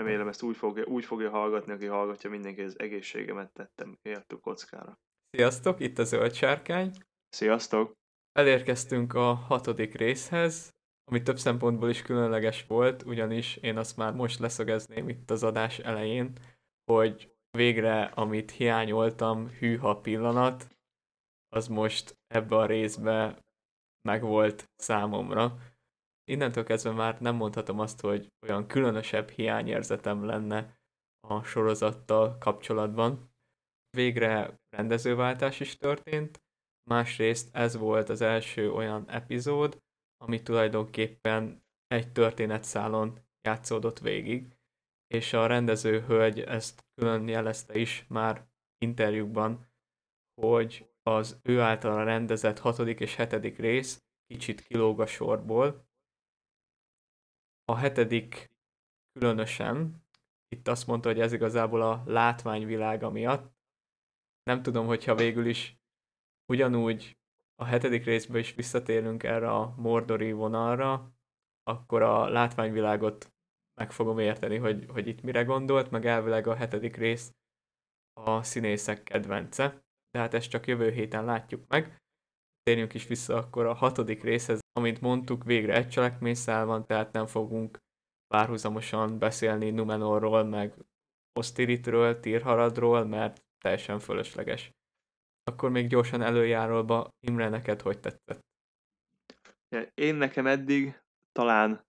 Remélem ezt úgy fogja hallgatni, aki hallgatja, mindenki az egészségemet tettem értük kockára. Sziasztok, itt a Zöld Sárkány. Sziasztok! Elérkeztünk a 6. részhez, ami több szempontból is különleges volt, ugyanis én azt már most leszögezném itt az adás elején, hogy végre, amit hiányoltam, hűha pillanat, az most ebbe a részbe megvolt számomra. Innentől kezdve már nem mondhatom azt, hogy olyan különösebb hiányérzetem lenne a sorozattal kapcsolatban. Végre rendezőváltás is történt, másrészt ez volt az első olyan epizód, ami tulajdonképpen egy történetszálon játszódott végig, és a rendező hölgy ezt külön jelezte is már interjúkban, hogy az ő által rendezett 6. és 7. rész kicsit kilóg a sorból. A 7. különösen, itt azt mondta, hogy ez igazából a látványvilága miatt. Nem tudom, hogyha végül is ugyanúgy a 7. részben is visszatérünk erre a mordori vonalra, akkor a látványvilágot meg fogom érteni, hogy itt mire gondolt, meg elvileg a 7. rész a színészek kedvence, de hát ezt csak jövő héten látjuk meg. Térjünk is vissza akkor a 6. részhez, amint mondtuk, végre egy cselekményszál van, tehát nem fogunk párhuzamosan beszélni Numenorról, meg Osztiritről, Tirharadról, mert teljesen fölösleges. Akkor még gyorsan előjáróba, Imre, neked hogy tetszett? Én nekem eddig talán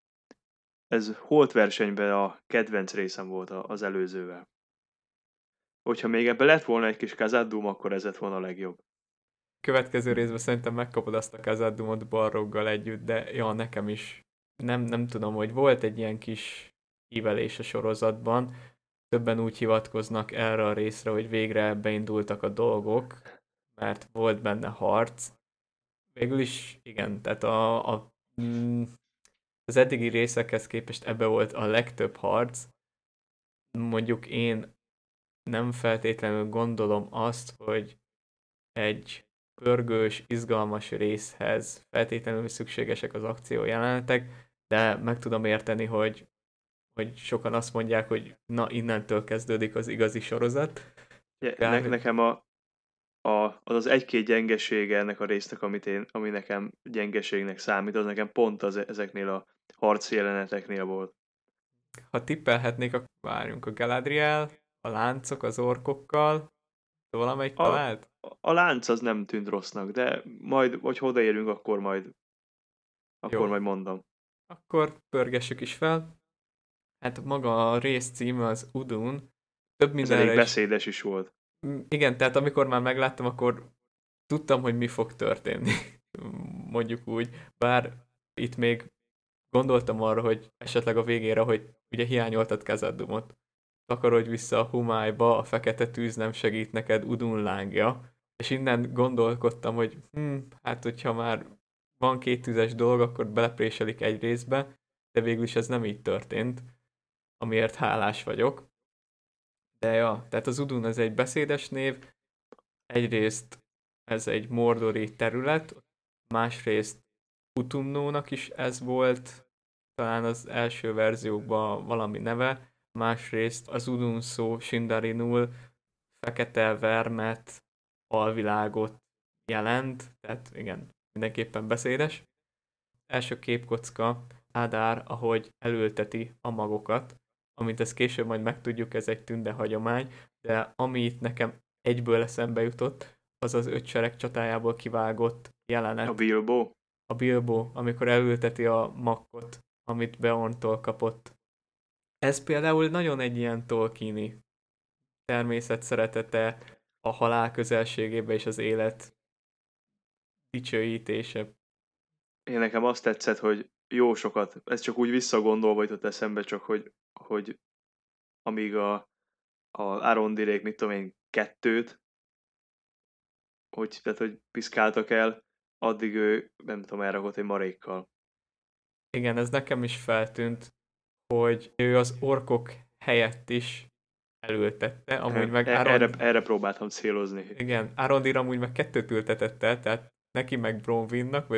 ez Holt versenyben a kedvenc részem volt az előzővel. Hogyha még ebbe lett volna egy kis Khazad-dûm, akkor ez lett volna a legjobb. Következő részben szerintem megkapod azt a Khazad-dûmot Balroggal együtt, de ja, nekem is nem tudom, hogy volt egy ilyen kis ívelés a sorozatban, többen úgy hivatkoznak erre a részre, hogy végre beindultak a dolgok, mert volt benne harc. Végül is igen, tehát mm, az eddigi részekhez képest ebbe volt a legtöbb harc. Mondjuk én nem feltétlenül gondolom azt, hogy egy pörgős, izgalmas részhez feltétlenül szükségesek az akciójelenetek, de meg tudom érteni, hogy sokan azt mondják, hogy na, innentől kezdődik az igazi sorozat. Nekem az egy-két gyengesége ennek a résznek, ami nekem gyengeségnek számít, az nekem pont ezeknél a harci jeleneteknél volt. Ha tippelhetnék, akkor várjunk a Galadriel, a láncok az orkokkal, valamelyik A, talált? a lánc az nem tűnt rossznak, de majd, hogy odaérünk, akkor Jó, majd mondom. akkor pörgessük is fel. Hát maga a rész címe az Udun, több Ez elég mindenre is. beszédes is volt. Igen, tehát amikor már megláttam, akkor tudtam, hogy mi fog történni. Mondjuk úgy. Bár itt még gondoltam arra, hogy esetleg a végére, hogy ugye hiányoltad Khazad-dûmot. Takarodj vissza a humályba, a fekete tűz nem segít neked, Udun lángja. És innen gondolkodtam, hogy hát hogyha már van két tüzes dolog, akkor belepréselik egy részbe, de végül is ez nem így történt, amiért hálás vagyok. De ja, tehát az Udun ez egy beszédes név, egyrészt ez egy mordori terület, másrészt Utumnónak is ez volt, talán az első verziókban valami neve, másrészt az Udun szó Sindarinul fekete vermet, alvilágot jelent, tehát igen, mindenképpen beszédes. Első képkocka Adár, ahogy elülteti a magokat, amint ezt később majd megtudjuk, ez egy tünde hagyomány, de ami itt nekem egyből eszembe jutott, az az öt sereg csatájából kivágott A jelenet. Bilbo? A Bilbo, amikor elülteti a makkot, amit Beorntól kapott. Ez például nagyon egy ilyen Tolkieni természet szeretete, a halál közelségébe és az élet dicsőítése. Én nekem azt tetszett, hogy jó sokat, ez csak úgy visszagondolva jutott eszembe, csak hogy amíg a Arondirék, mit tudom én, kettőt, hogy piszkáltak el, addig ő, nem tudom, elrakott egy marékkal. Igen, ez nekem is feltűnt, hogy ő az orkok helyett is elültette, amúgy meg Erre próbáltam célozni. igen, Arondir amúgy meg kettőt ültetett el, tehát neki meg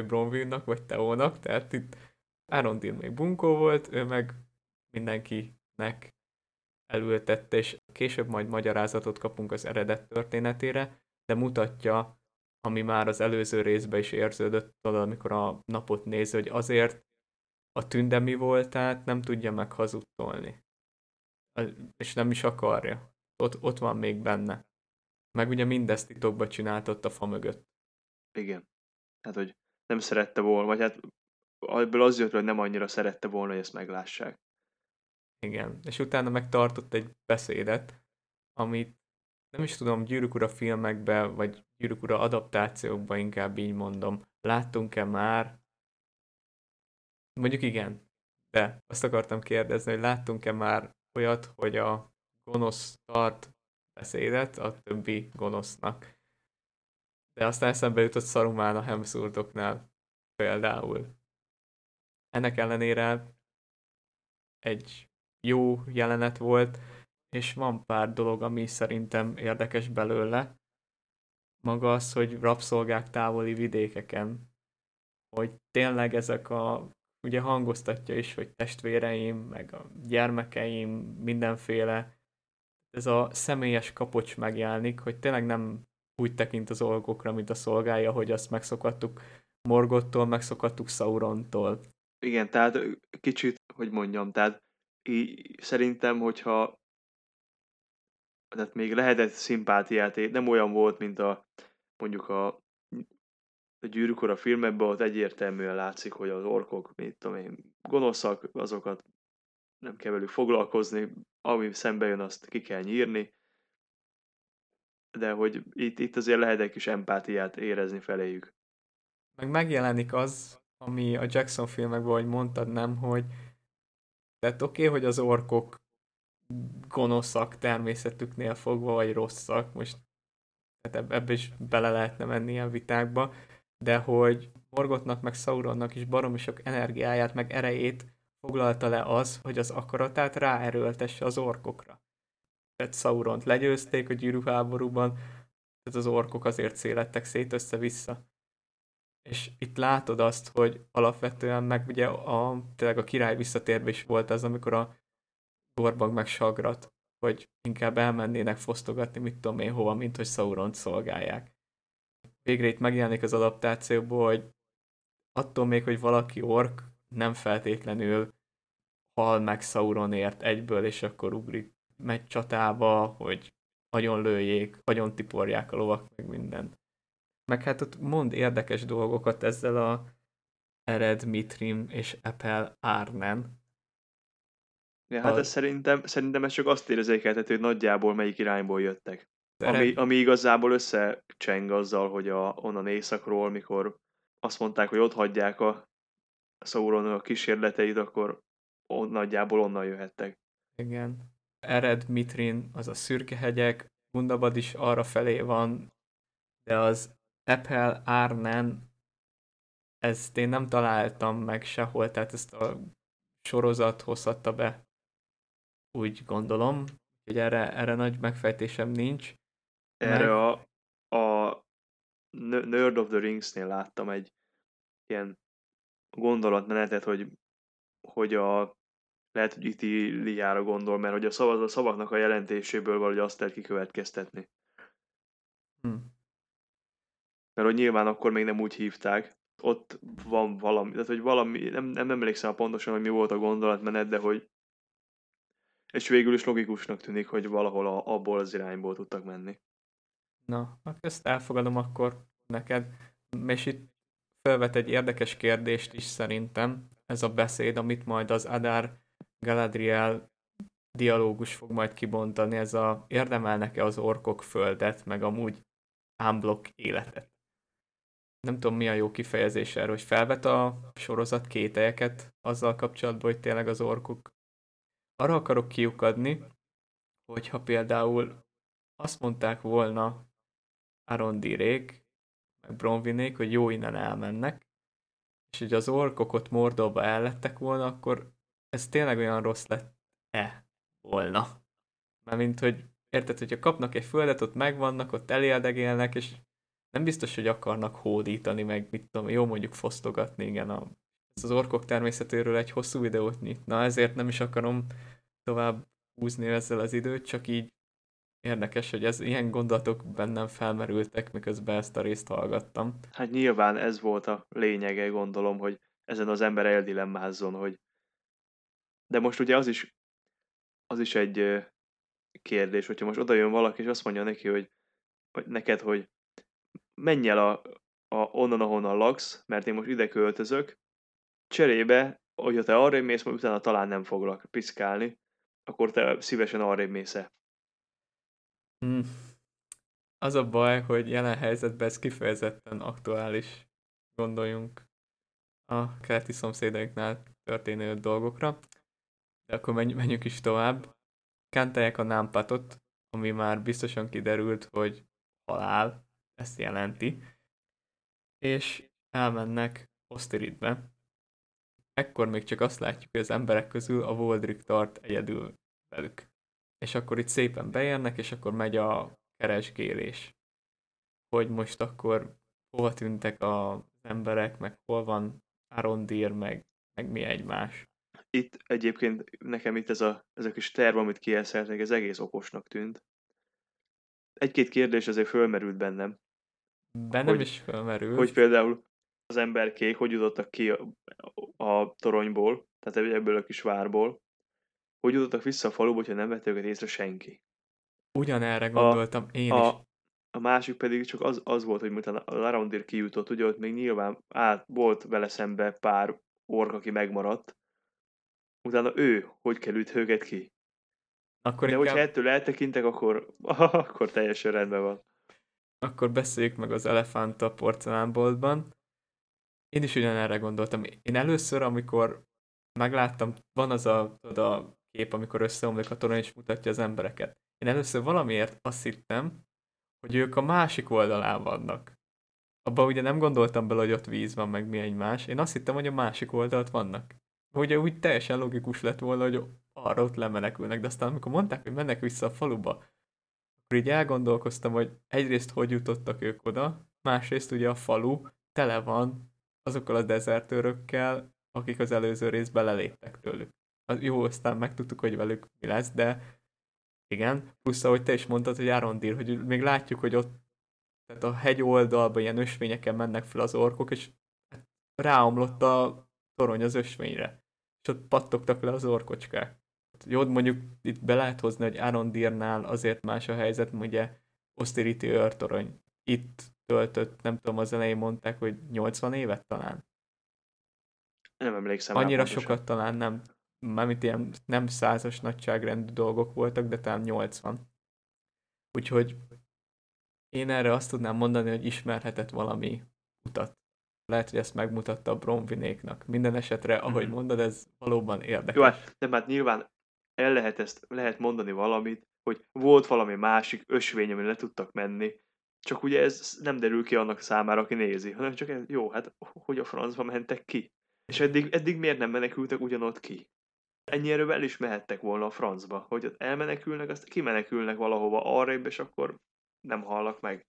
Bronwynnak, vagy Theónak, tehát itt Arondir még bunkó volt, ő meg mindenki filmnek elültette, és később majd magyarázatot kapunk az eredet történetére, de mutatja, ami már az előző részben is érződött, tudod, amikor a napot nézi, hogy azért a tünde mi voltát nem tudja meghazudtolni. És nem is akarja. Ott van még benne. Meg ugye mindezt titokba csináltott a fa mögött. Igen. Hát, hogy nem szerette volna, vagy hát ebből az jött, hogy nem annyira szerette volna, hogy ezt meglássák. Igen. És utána meg tartott egy beszédet, amit nem is tudom, Gyűrűk Ura filmekben, vagy Gyűrűk Ura adaptációkban, inkább így mondom, láttunk-e már? Mondjuk igen, de azt akartam kérdezni, hogy láttunk-e már olyat, hogy a gonosz tart beszédet a többi gonosznak. De aztán eszembe jutott Saruman a Hemsworthoknál például. Ennek ellenére egy jó jelenet volt, és van pár dolog, ami szerintem érdekes belőle. Maga az, hogy rabszolgák távoli vidékeken, hogy tényleg ezek ugye hangoztatja is, hogy testvéreim, meg a gyermekeim, mindenféle, ez a személyes kapocs megjelenik, hogy tényleg nem úgy tekint az orkokra, mint a szolgája, hogy azt megszokattuk Morgottól, megszokattuk Saurontól. Igen, tehát kicsit, hogy mondjam, tehát szerintem, hogyha tehát még lehetett szimpátiát, nem olyan volt, mint mondjuk a Gyűrűk Ura filmekben, ott egyértelműen látszik, hogy az orkok, mit tudom én, gonoszak, azokat nem kell velük foglalkozni, ami szembe jön, azt ki kell nyírni, de hogy itt azért lehet egy kis empátiát érezni feléjük. Meg megjelenik az, ami a Jackson filmekben, ahogy mondtad, nem, hogy tehát oké, hogy az orkok gonoszak természetüknél fogva, vagy rosszak, most tehát ebbe is bele lehetne menni ilyen vitákba, de hogy Morgothnak meg Sauronnak is baromi sok energiáját, meg erejét foglalta le az, hogy az akaratát ráerőltesse az orkokra. Tehát Sauront legyőzték a gyűrűháborúban, tehát az orkok azért szélettek szét össze-vissza. És itt látod azt, hogy alapvetően meg ugye tényleg a király visszatérve is volt az, amikor a Gorbag meg Sagrat, hogy inkább elmennének fosztogatni, mit tudom én hova, mint hogy Sauront szolgálják. Végre itt megjelenik az adaptációból, hogy attól még, hogy valaki ork, nem feltétlenül hal meg Sauronért egyből, és akkor ugrik, megy csatába, hogy agyon lőjék, agyon tiporják a lovak, meg minden. Meg hát ott mond érdekes dolgokat ezzel a Ered Mitrim és Epel Arnen. Ja, hát A ez szerintem ez csak azt érzékeltető, hogy nagyjából melyik irányból jöttek. Ered, Ami igazából összecseng azzal, hogy onnan északról, mikor azt mondták, hogy ott hagyják a Sauron a kísérleteit, akkor nagyjából onnan jöhettek. igen. Ered Mitrin, az a szürke hegyek, Gundabad is arra felé van, de az Epel Arnen, ezt én nem találtam meg sehol, tehát ezt a sorozat hozhatta be, úgy gondolom, hogy erre nagy megfejtésem nincs. Erre Meg, a Nerd of the Rings-nél láttam egy ilyen gondolatmenetet, hogy lehet, hogy Ítiliára gondol, mert hogy a szavaknak a jelentéséből valahogy azt lehet kikövetkeztetni. hm, Mert hogy nyilván akkor még nem úgy hívták. Ott van valami, tehát hogy valami, nem emlékszem pontosan, hogy mi volt a gondolatmenet, de hogy és végül is logikusnak tűnik, hogy valahol abból az irányból tudtak menni. na, hát ezt elfogadom akkor neked. És itt felvet egy érdekes kérdést is szerintem, ez a beszéd, amit majd az Adar Galadriel dialógus fog majd kibontani, ez a érdemelnek-e az orkok földet, meg amúgy unblock életet. Nem tudom, mi a jó kifejezés erre, hogy felvet a sorozat kételyeket azzal kapcsolatban, hogy tényleg az orkok. Arra akarok kiukadni, hogyha például azt mondták volna Arondirék, meg Bronwinék, hogy jó, innen elmennek, és hogy az orkok ott Mordorba ellettek volna, akkor ez tényleg olyan rossz lett-e volna. Mert mint hogy érted, hogyha kapnak egy földet, ott megvannak, ott elérdegélnek, és nem biztos, hogy akarnak hódítani, meg mit tudom, jó mondjuk fosztogatni, igen, ez az orkok természetéről egy hosszú videót nyitna, ezért nem is akarom tovább húzni ezzel az időt, csak így érdekes, hogy ez ilyen gondolatok bennem felmerültek, miközben ezt a részt hallgattam. Hát nyilván ez volt a lényege, gondolom, hogy ezen az ember eldilemmázzon, hogy... De most ugye az is egy kérdés, hogyha most oda jön valaki, és azt mondja neki, hogy neked, hogy menj el onnan, ahonnan laksz, mert én most ide költözök, cserébe, hogyha te arrébb mész, majd utána talán nem foglak piszkálni, akkor te szívesen arrébb mész-e. Hm. Az a baj, hogy jelen helyzetben ez kifejezetten aktuális, gondoljunk a keleti szomszédainknál történő dolgokra. De akkor menjünk is tovább. Kentelyek a námpatot, ami már biztosan kiderült, hogy halál, ezt jelenti, és elmennek Osztiritbe. Ekkor még csak azt látjuk, hogy az emberek közül a Voldrik tart egyedül velük. És akkor itt szépen beérnek, és akkor megy a keresgélés. Hogy most akkor hova tűntek az emberek, meg hol van Arondir, meg mi egymás. Itt egyébként nekem itt ez a kis terv, amit kielszeltek, ez egész okosnak tűnt. Egy-két kérdés azért fölmerült bennem, Bennem hogy, is hogy felmerült. például az emberkék hogy jutottak ki a toronyból, tehát ebből a kis várból, hogy jutottak vissza a faluba, hogyha nem vette őket észre senki. Ugyanerre A, gondoltam én a, is. a másik pedig csak az volt, hogy miután a Larondir kijutott, ugye ott még nyilván volt vele szembe pár ork, aki megmaradt, utána ő hogy kell üt őket ki. Akkor De hogyha inkább, ettől eltekintek, akkor teljesen rendben van. akkor beszéljük meg az elefánt a porcelánboltban. Én is ugyanerre gondoltam. Én először, amikor megláttam, van az tudod, a kép, amikor összeomlik a torony és mutatja az embereket. Én először valamiért azt hittem, hogy ők a másik oldalán vannak. Abba ugye nem gondoltam bele, hogy ott víz van, meg mi egymás. Én azt hittem, hogy a másik oldalt vannak. Ugye úgy teljesen logikus lett volna, hogy arra ott lemenekülnek, de aztán amikor mondták, hogy mennek vissza a faluba, akkor így elgondolkoztam, hogy egyrészt hogy jutottak ők oda, másrészt ugye a falu tele van azokkal a dezertőrökkel, akik az előző részben leléptek tőlük. Az jó, aztán megtudtuk, hogy velük mi lesz, de igen, plusz ahogy te is mondtad, hogy Arondir, hogy még látjuk, hogy ott tehát a hegy oldalban ilyen ösvényeken mennek fel az orkok, és ráomlott a torony az ösvényre. És ott pattogtak le az orkocskák. Jó, mondjuk itt be lehet hozni, hogy Arondirnál azért más a helyzet, ugye Austerity őrtorony. Itt töltött, nem tudom, az elején mondták, hogy 80 évet talán. Nem emlékszem rá Annyira pontosan. sokat talán nem, mármint ilyen nem százas nagyságrendű dolgok voltak, de talán 80. Úgyhogy én erre azt tudnám mondani, hogy ismerhetett valami utat. Lehet, hogy ezt megmutatta a Bronwinéknak. Minden esetre, ahogy Mhm. mondod, ez valóban Jó, érdekes. hát, de hát nyilván lehet mondani valamit, hogy volt valami másik ösvény, amire le tudtak menni, csak ugye ez nem derül ki annak számára, aki nézi, hanem csak ez, jó, hát hogy a francba mentek ki? És eddig miért nem menekültek ugyanott ki? Ennyi erővel el is mehettek volna a francba, hogy ott elmenekülnek, azt kimenekülnek valahova arrébb, és akkor nem hallak meg.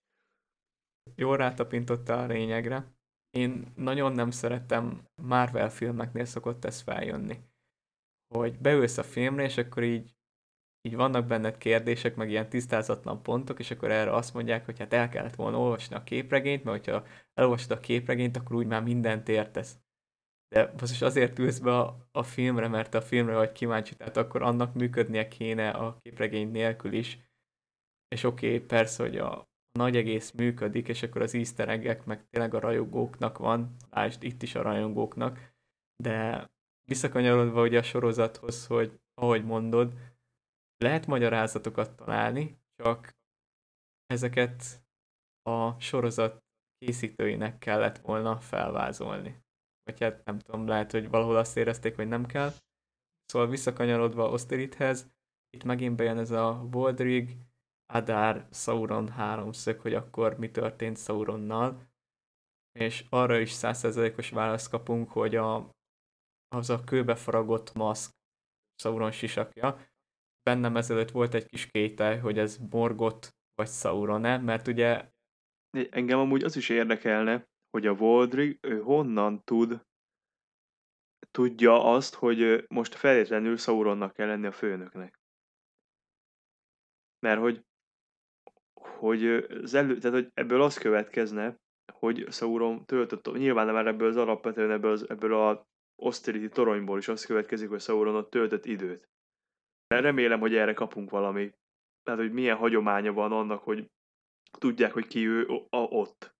Jól rátapintottál a lényegre. Én nagyon nem szeretem, Marvel filmeknél szokott ez feljönni. Hogy beülsz a filmre, és akkor így vannak benned kérdések, meg ilyen tisztázatlan pontok, és akkor erre azt mondják, hogy hát el kellett volna olvasni a képregényt, mert hogyha elolvasod a képregényt, akkor úgy már mindent értesz. De most azért ülsz be a filmre, mert a filmre vagy kíváncsi, tehát akkor annak működnie kéne a képregény nélkül is. És oké, persze, hogy a nagy egész működik, és akkor az easter egg meg tényleg a rajongóknak van, lásd itt is a rajongóknak, de visszakanyarodva ugye a sorozathoz, hogy ahogy mondod, lehet magyarázatokat találni, csak ezeket a sorozat készítőinek kellett volna felvázolni. Vagy hát nem tudom, lehet, hogy valahol azt érezték, hogy nem kell. Szóval visszakanyarodva Osterithez, itt megint bejön ez a Voldrig, Adár, Sauron háromszög, hogy akkor mi történt Sauronnal, és arra is 100%-os választ kapunk, hogy az a kőbe faragott maszk Sauron sisakja. Bennem ezelőtt volt egy kis kételj, hogy ez Morgoth vagy Sauron-e, mert ugye Engem amúgy az is érdekelne, hogy a Voldrig, ő honnan tud tudja azt, hogy most feltétlenül Sauronnak kell lenni a főnöknek. Mert tehát, hogy ebből az következne, hogy Sauron töltött, nyilván nem ebből az alapvetően ebből a Austerity toronyból is az következik, hogy Sauron ott töltött időt. De remélem, hogy erre kapunk valami. Tehát, hogy milyen hagyománya van annak, hogy tudják, hogy ki ő ott.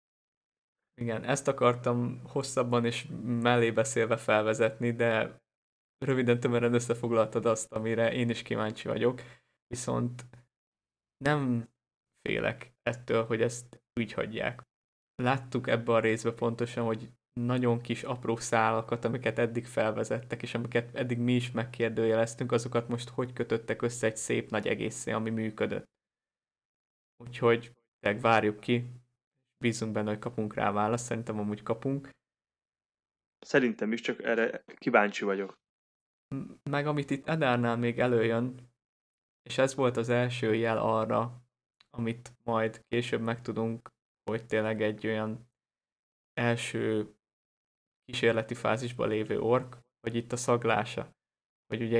Igen, ezt akartam hosszabban és mellé beszélve felvezetni, de röviden tömören összefoglaltad azt, amire én is kíváncsi vagyok. Viszont nem félek ettől, hogy ezt úgy hagyják. Láttuk ebbe a részbe pontosan, hogy nagyon kis apró szálakat, amiket eddig felvezettek, és amiket eddig mi is megkérdőjeleztünk, azokat most hogy kötöttek össze egy szép nagy egészé, ami működött. Úgyhogy várjuk ki, bízunk benne, hogy kapunk rá választ, szerintem amúgy kapunk. Szerintem is, csak erre kíváncsi vagyok. Meg amit itt Edárnál még előjön, és ez volt az első jel arra, amit majd később megtudunk, hogy tényleg egy olyan első kísérleti fázisban lévő ork, hogy itt a szaglása, hogy ugye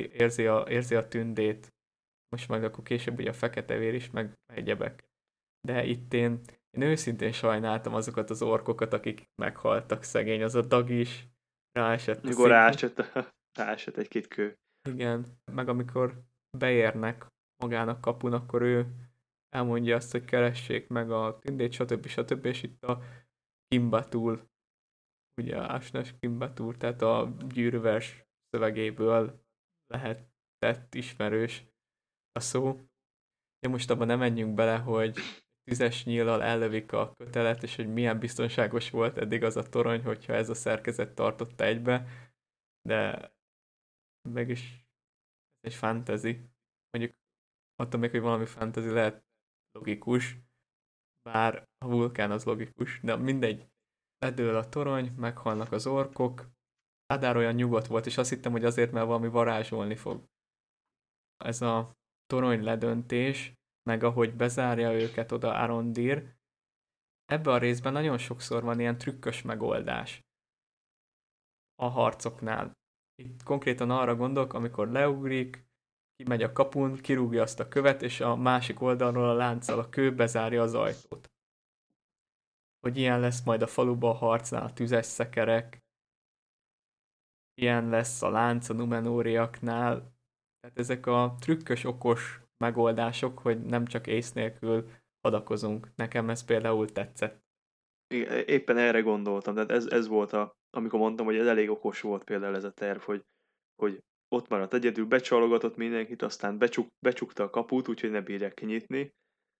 érzi a tündét, most meg akkor később ugye a fekete vér is, meg egyebek. De itt én őszintén sajnáltam azokat az orkokat, akik meghaltak, szegény, az a dag is ráesett a Mikor szikra. ráesett egy-két kő. Igen, meg amikor beérnek magának kapun, akkor ő elmondja azt, hogy keressék meg a tündét, stb. És itt a Kimbatul, ugye a Ásnas Kimbatul, tehát a gyűrűvers szövegéből lehetett ismerős a szó. De most abban nem menjünk bele, hogy tüzes nyíllal ellövik a kötelet, és hogy milyen biztonságos volt eddig az a torony, hogyha ez a szerkezet tartotta egybe, de mégis egy fantasy. Mondjuk attól még, hogy valami fantasy lehet logikus, bár a vulkán az logikus, de mindegy. Ledől a torony, meghalnak az orkok, Adár olyan nyugodt volt, és azt hittem, hogy azért, mert valami varázsolni fog. Ez a torony ledöntés, meg ahogy bezárja őket oda Arondir, ebbe a részben nagyon sokszor van ilyen trükkös megoldás a harcoknál. Itt konkrétan arra gondolok, amikor leugrik, kimegy a kapun, kirúgja azt a követ, és a másik oldalról a lánccal a kő bezárja az ajtót. Hogy ilyen lesz majd a faluba a harcnál a tüzes szekerek, ilyen lesz a lánc a Numenóriaknál. Tehát ezek a trükkös, okos megoldások, hogy nem csak ész nélkül adakozunk. Nekem ez például tetszett. Igen, éppen erre gondoltam, tehát ez volt amikor mondtam, hogy ez elég okos volt például ez a terv, hogy ott maradt egyedül, becsalogatott mindenkit, aztán becsukta a kaput, úgyhogy ne bírják kinyitni,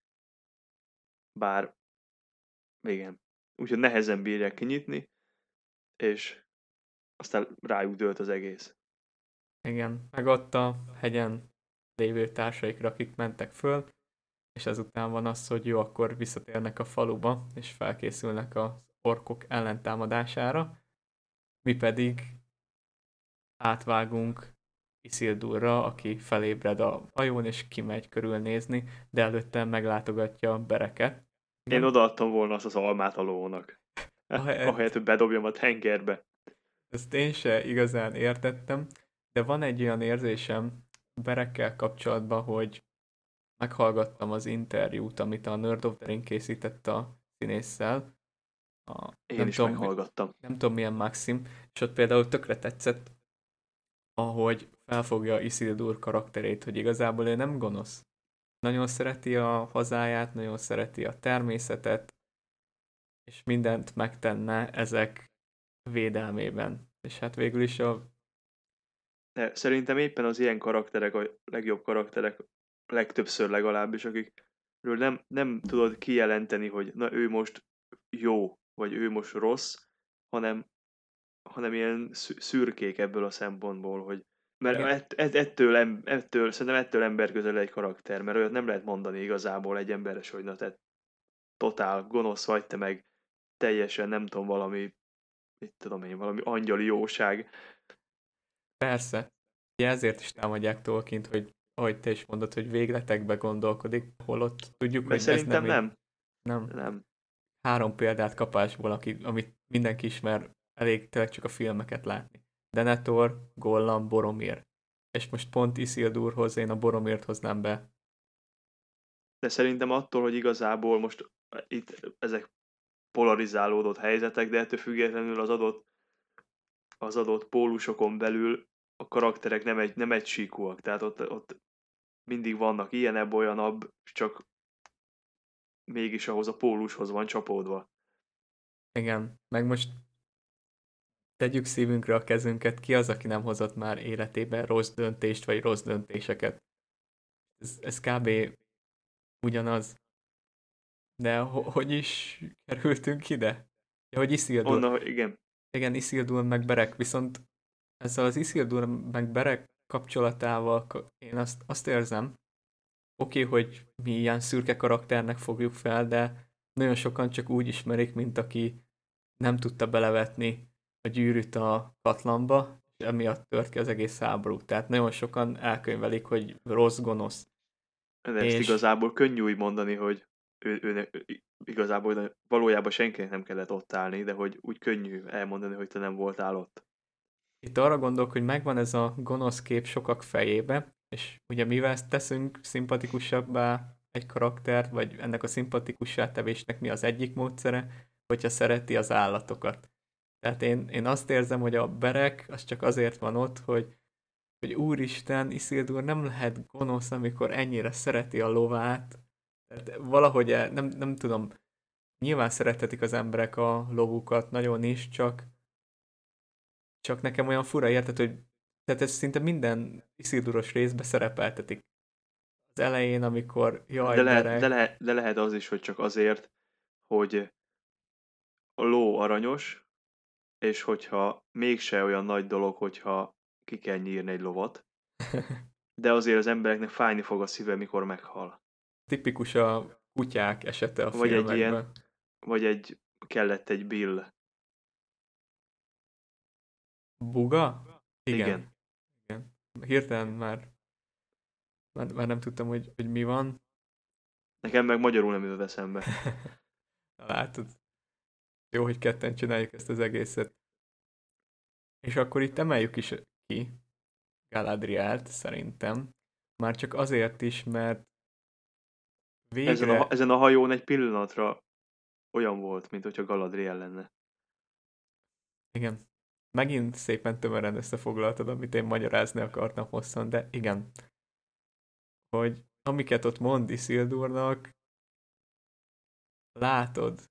bár igen, úgyhogy nehezen bírják kinyitni, és aztán rájuk dőlt az egész. Igen, meg ott a hegyen lévő társaikra, akik mentek föl, és ezután van az, hogy jó, akkor visszatérnek a faluba, és felkészülnek az orkok ellentámadására. Mi pedig átvágunk Isildurra, aki felébred a hajón, és kimegy körülnézni, de előtte meglátogatja Bereket. Én Igen? odaadtam volna azt az almát a lónak, ahelyett, hogy bedobjam a tengerbe. Ezt én se igazán értettem, de van egy olyan érzésem Berekkel kapcsolatban, hogy meghallgattam az interjút, amit a Nerd of the Ring készített a színésszel. Én is meghallgattam. Nem tudom milyen Maxim, és ott például tökre tetszett, ahogy felfogja Isildur karakterét, hogy igazából ő nem gonosz. Nagyon szereti a hazáját, nagyon szereti a természetet, és mindent megtenne ezek védelmében. És hát végül is De szerintem éppen az ilyen karakterek a legjobb karakterek, legtöbbször legalábbis, akikről nem tudod kijelenteni, hogy na ő most jó, vagy ő most rossz, hanem ilyen szürkék ebből a szempontból, hogy igen, mert szerintem ettől ember közel egy karakter, mert olyat nem lehet mondani igazából egy emberes, hogy na te totál gonosz vagy, te meg teljesen nem tudom, mit tudom én, valami angyali jóság. persze. Ugye ezért is támadják Tolkient, hogy ahogy te is mondod, hogy végletekbe gondolkodik, holott tudjuk, Mert hogy ez szerintem nem így. nem. Nem. Nem. 3 példát kapásból, amit mindenki ismer, elég tényleg csak a filmeket látni. Denethor, Gollam, Boromir. És most pont Isildurhoz én a Boromirt hoznám be. De szerintem attól, hogy igazából most itt ezek polarizálódott helyzetek, de ettől függetlenül az adott pólusokon belül a karakterek nem egy síkúak. Tehát ott mindig vannak ilyenebb, olyanabb, csak mégis ahhoz a pólushoz van csapódva. Igen, meg most tegyük szívünkre a kezünket, ki az, aki nem hozott már életében rossz döntést, vagy rossz döntéseket. Ez kb. Ugyanaz. De hogy is kerültünk ide? Ja, hogy Isildur. Onnan, igen, Igen, Isildur meg Berek, viszont ezzel az Isildur meg Berek kapcsolatával én azt érzem, oké, hogy mi ilyen szürke karakternek fogjuk fel, de nagyon sokan csak úgy ismerik, mint aki nem tudta belevetni a gyűrűt a katlanba, és emiatt tört ki az egész háború. Tehát nagyon sokan elkönyvelik, hogy rossz, gonosz. de ezt És igazából könnyű úgy mondani, hogy ő igazából valójában senkinek nem kellett ott állni, de hogy úgy könnyű elmondani, hogy te nem voltál ott. itt arra gondolok, hogy megvan ez a gonosz kép sokak fejébe, és ugye mivel teszünk szimpatikusabbá egy karaktert, vagy ennek a szimpatikussá tevésnek mi az egyik módszere, hogyha szereti az állatokat. Tehát én azt érzem, hogy a Berek az csak azért van ott, hogy úristen, Isildur nem lehet gonosz, amikor ennyire szereti a lovát. Tehát valahogy nem tudom, nyilván szerethetik az emberek a lovukat, nagyon is, csak nekem olyan fura érted, hogy tehát ez szinte minden Isilduros részbe szerepeltetik. Az elején, amikor jaj, Berek, De lehet az is, hogy csak azért, hogy a ló aranyos, és hogyha mégse olyan nagy dolog, hogyha ki kell nyírni egy lovat, de azért az embereknek fájni fog a szíve, mikor meghal. tipikus a kutyák esete a Vagy egy ilyen, filmekben. vagy kellett egy Bill. Buga? Igen. Igen. Igen. Hirtelen már nem tudtam, hogy mi van. Nekem meg magyarul nem jutott eszembe. Látod, jó, hogy ketten csináljuk ezt az egészet. És akkor itt emeljük is ki Galadrielt, szerintem. Már csak azért is, mert végre, Ezen a hajón egy pillanatra olyan volt, mint hogyha Galadriel lenne. igen, megint szépen tömören összefoglaltad, amit én magyarázni akartam hosszan, de igen, hogy amiket ott mond Isildurnak, látod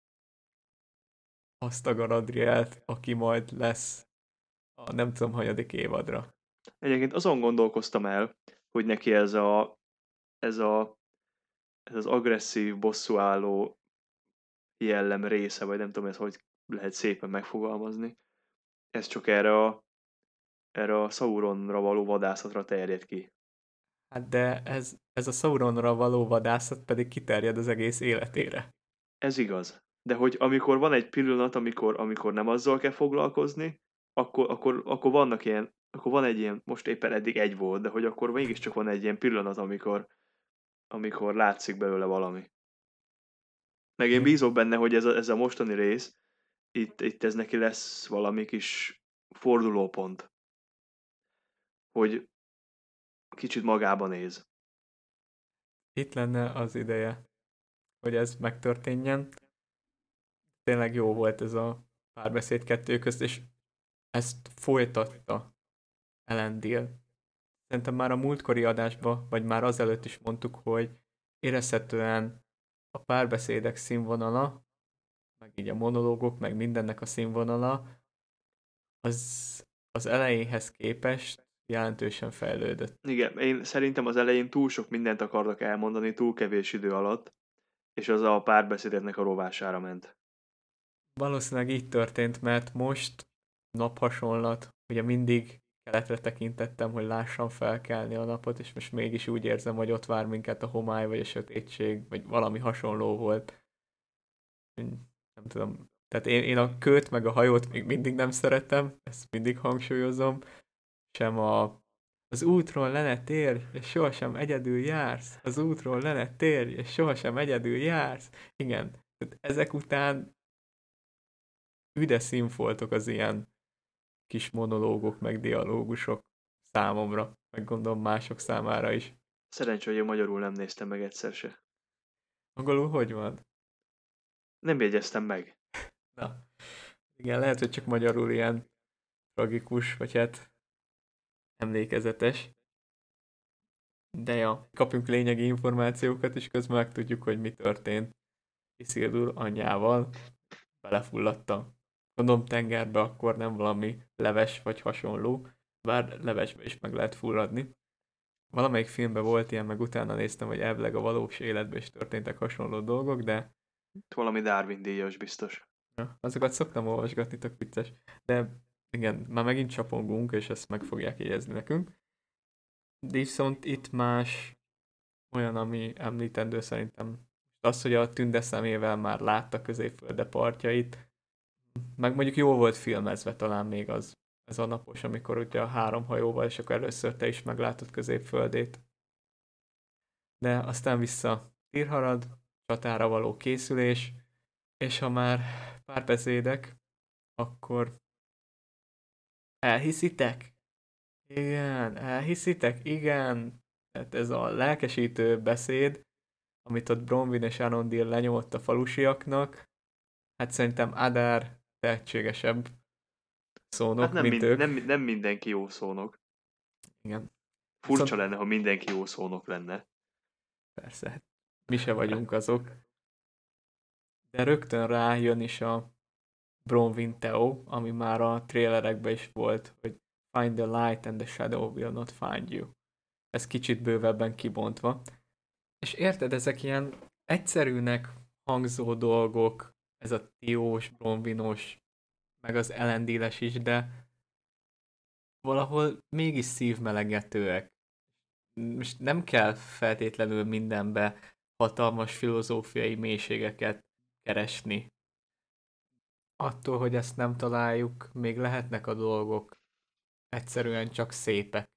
azt a Galadrielt, aki majd lesz a nem tudom, hanyadik évadra. Egyébként azon gondolkoztam el, hogy neki ez a, ez az agresszív, bosszúálló jellem része, vagy nem tudom, ez hogy lehet szépen megfogalmazni. Ez csak erre a Sauronra való vadászatra terjed ki. Hát de ez a Sauronra való vadászat pedig kiterjed az egész életére. Ez igaz. De hogy amikor van egy pillanat, amikor nem azzal kell foglalkozni, akkor vannak ilyen, akkor van egy ilyen, most éppen eddig egy volt, de hogy akkor mégiscsak van egy ilyen pillanat, amikor látszik belőle valami. Meg én Én, bízok benne, hogy ez a mostani rész, itt ez neki lesz valami kis fordulópont, hogy kicsit magába néz. itt lenne az ideje, hogy ez megtörténjen. Tényleg jó volt ez a párbeszéd kettő közt, és ezt folytatta Elendil. Szerintem már a múltkori adásban, vagy már azelőtt is mondtuk, hogy érezhetően a párbeszédek színvonala, meg így a monológok, meg mindennek a színvonala, az elejéhez képest jelentősen fejlődött. Igen, én szerintem az elején túl sok mindent akartak elmondani, túl kevés idő alatt, és az a párbeszédetnek a rovására ment. Valószínűleg így történt, mert most naphasonlat, ugye mindig keletre tekintettem, hogy lássam felkelni a napot, és most mégis úgy érzem, hogy ott vár minket a homály, vagy a sötétség, vagy valami hasonló volt. Nem tudom. Tehát én a köt meg a hajót még mindig nem szeretem, ezt mindig hangsúlyozom, sem az útról le ne térj, és sohasem egyedül jársz. Az útról le ne térj, és sohasem egyedül jársz. Igen, tehát ezek után üde színfoltok az ilyen kis monológok, meg dialógusok számomra, meg gondolom mások számára is. Szerencsé, hogy én magyarul nem néztem meg egyszer se. Angolul hogy van? Nem jegyeztem meg. Na, igen, lehet, hogy csak magyarul ilyen tragikus, vagy hát emlékezetes. De ja, kapjunk lényegi információkat, és közben megtudjuk, hogy mi történt Isildur anyjával. Belefulladta. Gondolom tengerbe, akkor nem valami leves vagy hasonló, bár levesbe is meg lehet fulladni. Valamelyik filmben volt ilyen, meg utána néztem, hogy elvileg a valós életben is történtek hasonló dolgok, de Valami Darwin díjas biztos. ja, azokat szoktam olvasgatni, tök vicces. De igen, már megint csapongunk, és ezt meg fogják jegyezni nekünk. De viszont itt más olyan, ami említendő szerintem. Az, hogy a tünde szemével már látta Középfölde partjait, meg mondjuk jól volt filmezve talán még az, ez a napos, amikor ugye a 3 hajóval, és akkor először te is meglátod Középföldét. De aztán vissza Tirharad, csatára való készülés, és ha már párbeszédek, akkor elhiszitek? Igen, elhiszitek? Igen. Tehát ez a lelkesítő beszéd, amit ott Bronwyn és Arundel lenyomott a falusiaknak, hát szerintem Adár tehetségesebb Hát szónok, nem, mint ők. nem mindenki jó szónok. Igen. Furcsa Viszont lenne, ha mindenki jó szónok lenne. persze, hát mi se vagyunk azok. De rögtön rájön is a Bronwyn Theo, ami már a trailerekben is volt, hogy find the light and the shadow will not find you. Ez kicsit bővebben kibontva. És érted, ezek ilyen egyszerűnek hangzó dolgok, ez a Tiós, Bronwynos, meg az Elendíles is, de valahol mégis szívmelegetőek. Most nem kell feltétlenül mindenbe hatalmas filozófiai mélységeket keresni. Attól, hogy ezt nem találjuk, még lehetnek a dolgok egyszerűen csak szépek.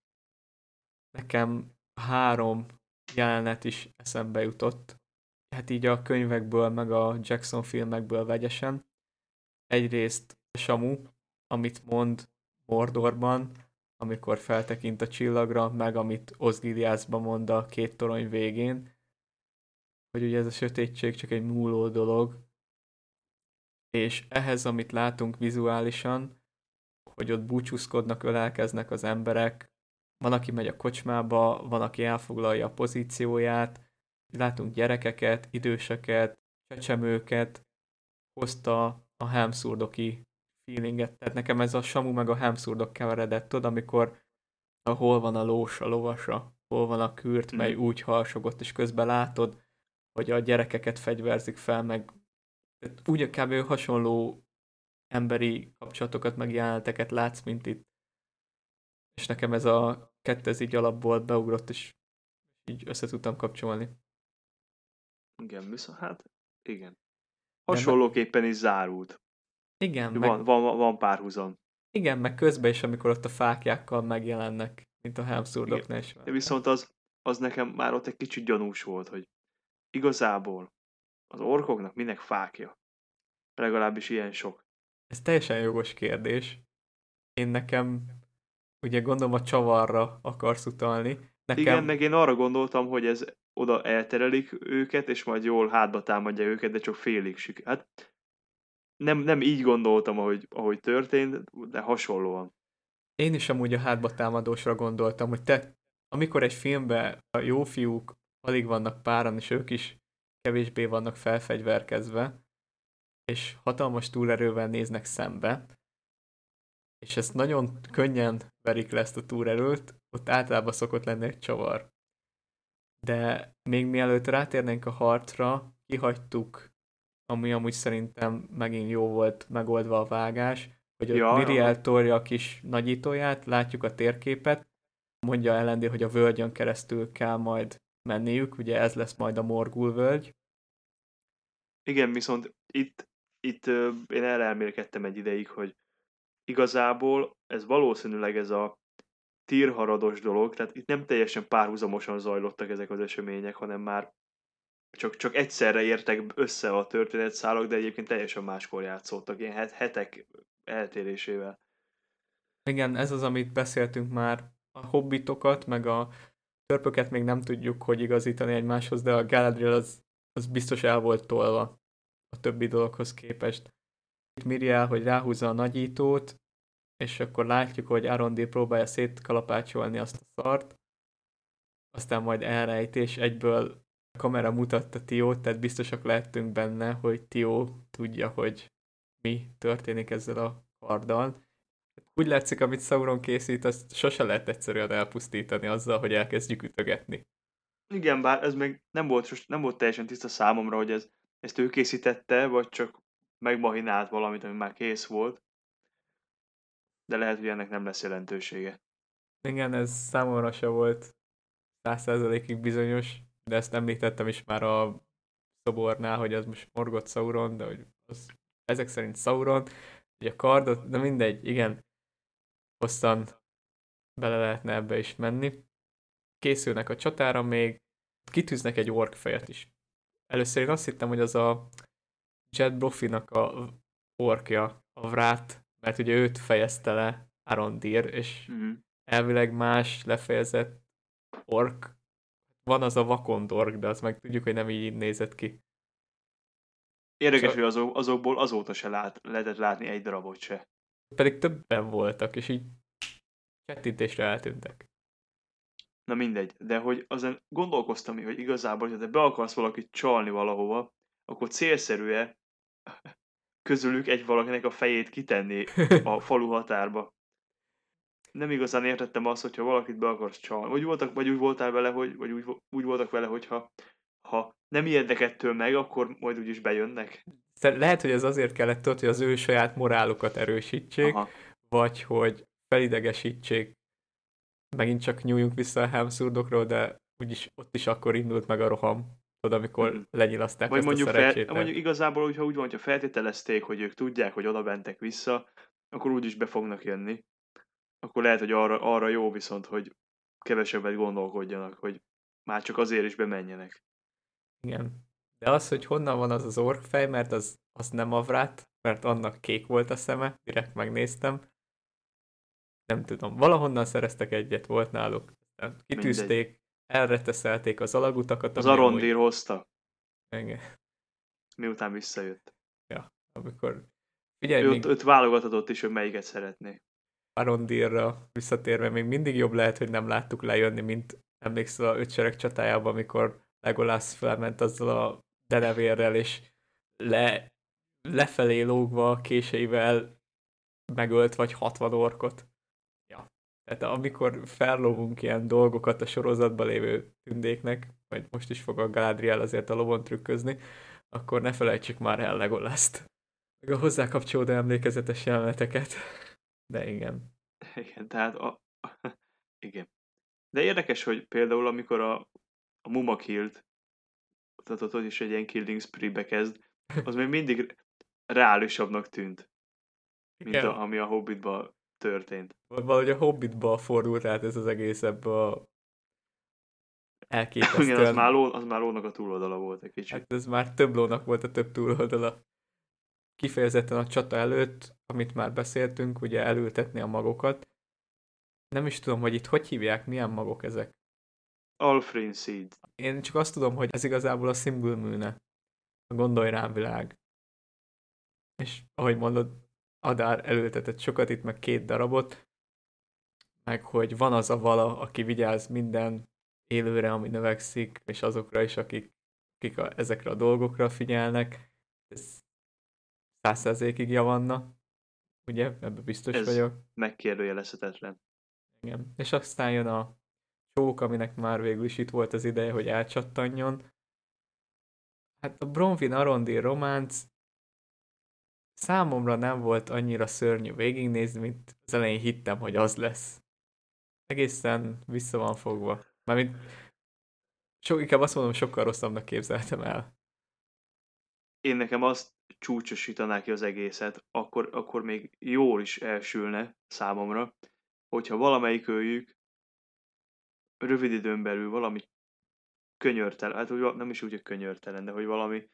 Nekem 3 jelenet is eszembe jutott, hát így a könyvekből, meg a Jackson filmekből vegyesen. Egyrészt Samu, amit mond Mordorban, amikor feltekint a csillagra, meg amit Osgiliathban mond a 2 torony végén, hogy ugye ez a sötétség csak egy múló dolog, és ehhez, amit látunk vizuálisan, hogy ott búcsúzkodnak, ölelkeznek az emberek, van, aki megy a kocsmába, van, aki elfoglalja a pozícióját, látunk gyerekeket, időseket, csecsemőket, hozta a Helmszurdoki feelinget, tehát nekem ez a Samu meg a Helmszurdok keveredett, tudod, amikor hol van a lós a lovasa, hol van a kürt, mely úgy harsogott, és közben látod, hogy a gyerekeket fegyverzik fel, meg úgy kb. Hasonló emberi kapcsolatokat, meg jeleneteket látsz, mint itt. És nekem ez a kettő ez így alapból beugrott, és így össze tudtam kapcsolni. Igen, viszont hát igen. De Hasonlóképpen is zárult. igen, Van párhuzam. igen, meg közben is, amikor ott a fáklyákkal megjelennek, mint a Igen. Helmszurdoknál is. De viszont az nekem már ott egy kicsit gyanús volt, hogy igazából az orkoknak minek fákja. Legalábbis ilyen sok. Ez teljesen jogos kérdés. Én nekem, ugye gondolom a csavarra akarsz utalni. Igen, Nekem, meg én arra gondoltam, hogy ez oda elterelik őket, és majd jól hátba támadja őket, de csak félig siker. Hát nem így gondoltam, ahogy történt, de hasonlóan. én is amúgy a hátba támadósra gondoltam, hogy te, amikor egy filmben a jó fiúk alig vannak páran, és ők is kevésbé vannak felfegyverkezve, és hatalmas túlerővel néznek szembe, és ezt nagyon könnyen verik le ezt a túlerőt, ott általában szokott lenni egy csavar. De még mielőtt rátérnénk a harcra, kihagytuk, ami amúgy szerintem megint jó volt megoldva a vágás, hogy ott Ja, Miriel tolja a kis nagyítóját, látjuk a térképet, mondja Elendil, hogy a völgyön keresztül kell majd menniük, ugye ez lesz majd a Morgul völgy. igen, viszont itt én erre elmélkedtem egy ideig, hogy igazából ez valószínűleg ez a tírharados dolog, tehát itt nem teljesen párhuzamosan zajlottak ezek az események, hanem már csak egyszerre értek össze a történetszálak, de egyébként teljesen máskor játszottak, ilyen hetek eltérésével. Igen, ez az, amit beszéltünk már. A hobbitokat, meg a törpöket még nem tudjuk, hogy igazítani egymáshoz, de a Galadriel az biztos el volt tolva a többi dologhoz képest. Itt Miriel, hogy ráhúzza a nagyítót, és akkor látjuk, hogy Arondil próbálja szétkalapácsolni azt a szart, aztán majd elrejt, és egyből a kamera mutatta Tiót, tehát biztosak lehettünk benne, hogy Tió tudja, hogy mi történik ezzel a karddal. Úgy látszik, amit Sauron készít, azt sose lehet egyszerűen elpusztítani azzal, hogy elkezdjük ütögetni. Igen, bár ez még nem volt teljesen tiszta számomra, hogy ezt ő készítette, vagy csak megmahinált valamit, ami már kész volt, de lehet, hogy ennek nem lesz jelentősége. Igen, ez számomra se volt 100%-ig bizonyos, de ezt említettem is már a szobornál, hogy az most Morgoth Sauron, de hogy az ezek szerint Sauron, hogy a kardot, de mindegy, igen, hosszan bele lehetne ebbe is menni. Készülnek a csatára még, kitűznek egy ork fejet is. Először én azt hittem, hogy az a Jed Brofinak a orkja, a Vrát, mert ugye őt fejezte le Arondir, és Uh-huh. elvileg más lefejezett ork, van az a vakond ork, de azt meg tudjuk, hogy nem így nézett ki. Érdekes, Csak hogy azokból azóta se lehetett látni egy darabot se. pedig többen voltak, és így csettintésre eltűntek. Na mindegy, de hogy azon gondolkoztam, hogy igazából, ha te be akarsz valakit csalni valahova, akkor célszerű-e közülük egy valakinek a fejét kitenni a falu határba? Nem igazán értettem azt, hogyha valakit be akarsz csalni. Vagy úgy voltál vele, vagy úgy voltak vele, hogyha ha nem ijednek ettől meg, akkor majd úgyis bejönnek. Lehet, hogy ez azért kellett ott, hogy az ő saját morálukat erősítsék, Aha. vagy hogy felidegesítsék. Megint csak nyúljunk vissza a Helmszurdokról, de úgyis ott is akkor indult meg a roham, tudod, amikor lenyilaszták Vagy azt a mondjuk szerencsétlen. igazából, hogyha úgy van, hogyha feltételezték, hogy ők tudják, hogy oda bentek vissza, akkor úgyis be fognak jönni. Akkor lehet, hogy arra jó viszont, hogy kevesebbet gondolkodjanak, hogy már csak azért is bemenjenek. Igen. De az, hogy honnan van az az orkfej, mert az nem Avrát, mert annak kék volt a szeme, direkt megnéztem. Nem tudom, valahonnan szereztek egyet, volt náluk. Aztán Mindegy. kitűzték, elreteszelték az alagutakat, Az ami amúgy... Arondir hozta, Igen. miután visszajött. Ja, amikor... Figyelj, Ő még ott válogathatott is, hogy melyiket szeretné. Arondirra visszatérve, még mindig jobb lehet, hogy nem láttuk lejönni, mint emlékszel a ötsereg csatájában, amikor Legolas felment azzal a denevérrel, és lefelé lógva a késeivel megölt vagy 60 orkot. Ja. Tehát amikor fellógunk ilyen dolgokat a sorozatban lévő tündéknek, vagy most is fog a Galadriel azért a lovon trükközni, akkor ne felejtsük már el Legolaszt. Meg a hozzá kapcsolódó emlékezetes jeleneteket. De igen. Igen, tehát igen. De érdekes, hogy például amikor a Muma Kill-t, tehát ott is egy ilyen killing spree-be kezd, az még mindig reálisabbnak tűnt, mint Igen. ami a Hobbitban történt. Valahogy a Hobbitba fordult át ez az egész ebbe a Igen, elképesztően, az már lónak a túloldala volt egy kicsit. hát ez már több lónak volt a több túloldala. Kifejezetten a csata előtt, amit már beszéltünk, ugye elültetni a magokat. Nem is tudom, hogy itt hogy hívják, milyen magok ezek. Alfrin Seed. Én csak azt tudom, hogy ez igazából a Szimbülműne. Gondolj rám világ. És ahogy mondod, Adár elültetett sokat, itt meg 2 darabot, meg hogy van az a vala, aki vigyáz minden élőre, ami növekszik, és azokra is, akik ezekre a dolgokra figyelnek. Ez 100%-ig javanna, ugye? Ebben biztos Ez vagyok. megkérdőjelezhetetlen. Igen. És aztán jön a csók, aminek már végül is itt volt az ideje, hogy elcsattanjon. Hát a Bronwyn Arondir románc számomra nem volt annyira szörnyű végignézni, mint az elején hittem, hogy az lesz. Egészen vissza van fogva. Mármint inkább azt mondom, sokkal rosszabbnak képzeltem el. Én nekem azt csúcsosítaná ki az egészet, akkor még jól is elsülne számomra, hogyha valamelyik őjük rövid időn belül valami könyörtelen, hát úgy, nem is úgy, hogy könyörtelen, de hogy valami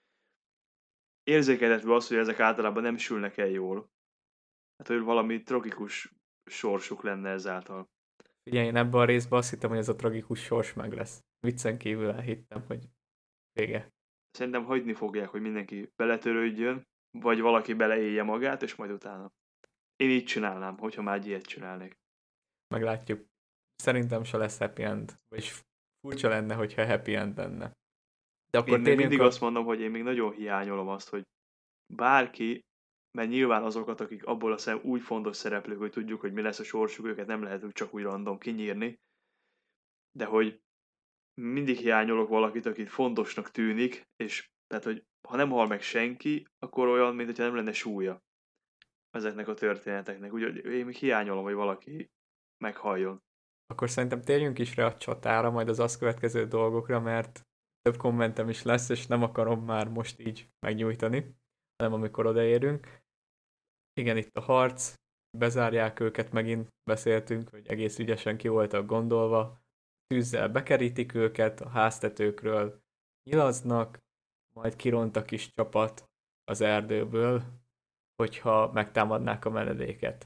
érzékelhető az, hogy ezek általában nem sülnek el jól. Hát, hogy valami tragikus sorsuk lenne ezáltal. Figyelj, én ebben a részben azt hittem, hogy ez a tragikus sors meg lesz. Viccen kívül elhittem, hogy vége. Szerintem hagyni fogják, hogy mindenki beletörődjön, vagy valaki beleélje magát, és majd utána. Én így csinálnám, hogyha már egy ilyet csinálnék. Meglátjuk. Szerintem se lesz happy end. Vagyis furcsa lenne, hogyha happy end lenne. De Én akkor még térjünk mindig a... azt mondom, hogy én még nagyon hiányolom azt, hogy bárki, mert nyilván azokat, akik abból a úgy fontos szereplők, hogy tudjuk, hogy mi lesz a sorsuk, őket nem lehet csak úgy random kinyírni, de hogy mindig hiányolok valakit, akit fontosnak tűnik, és tehát, hogy ha nem hal meg senki, akkor olyan, mintha nem lenne súlya ezeknek a történeteknek. Úgyhogy én még hiányolom, hogy valaki meghalljon. Akkor szerintem térjünk is rá a csatára, majd az azt következő dolgokra, mert több kommentem is lesz, és nem akarom már most így megnyújtani, hanem amikor odaérünk. Igen, itt a harc, bezárják őket, megint beszéltünk, hogy egész ügyesen ki voltak gondolva, tűzzel bekerítik őket, a háztetőkről nyilaznak, majd kiront a kis csapat az erdőből, hogyha megtámadnák a menedéket.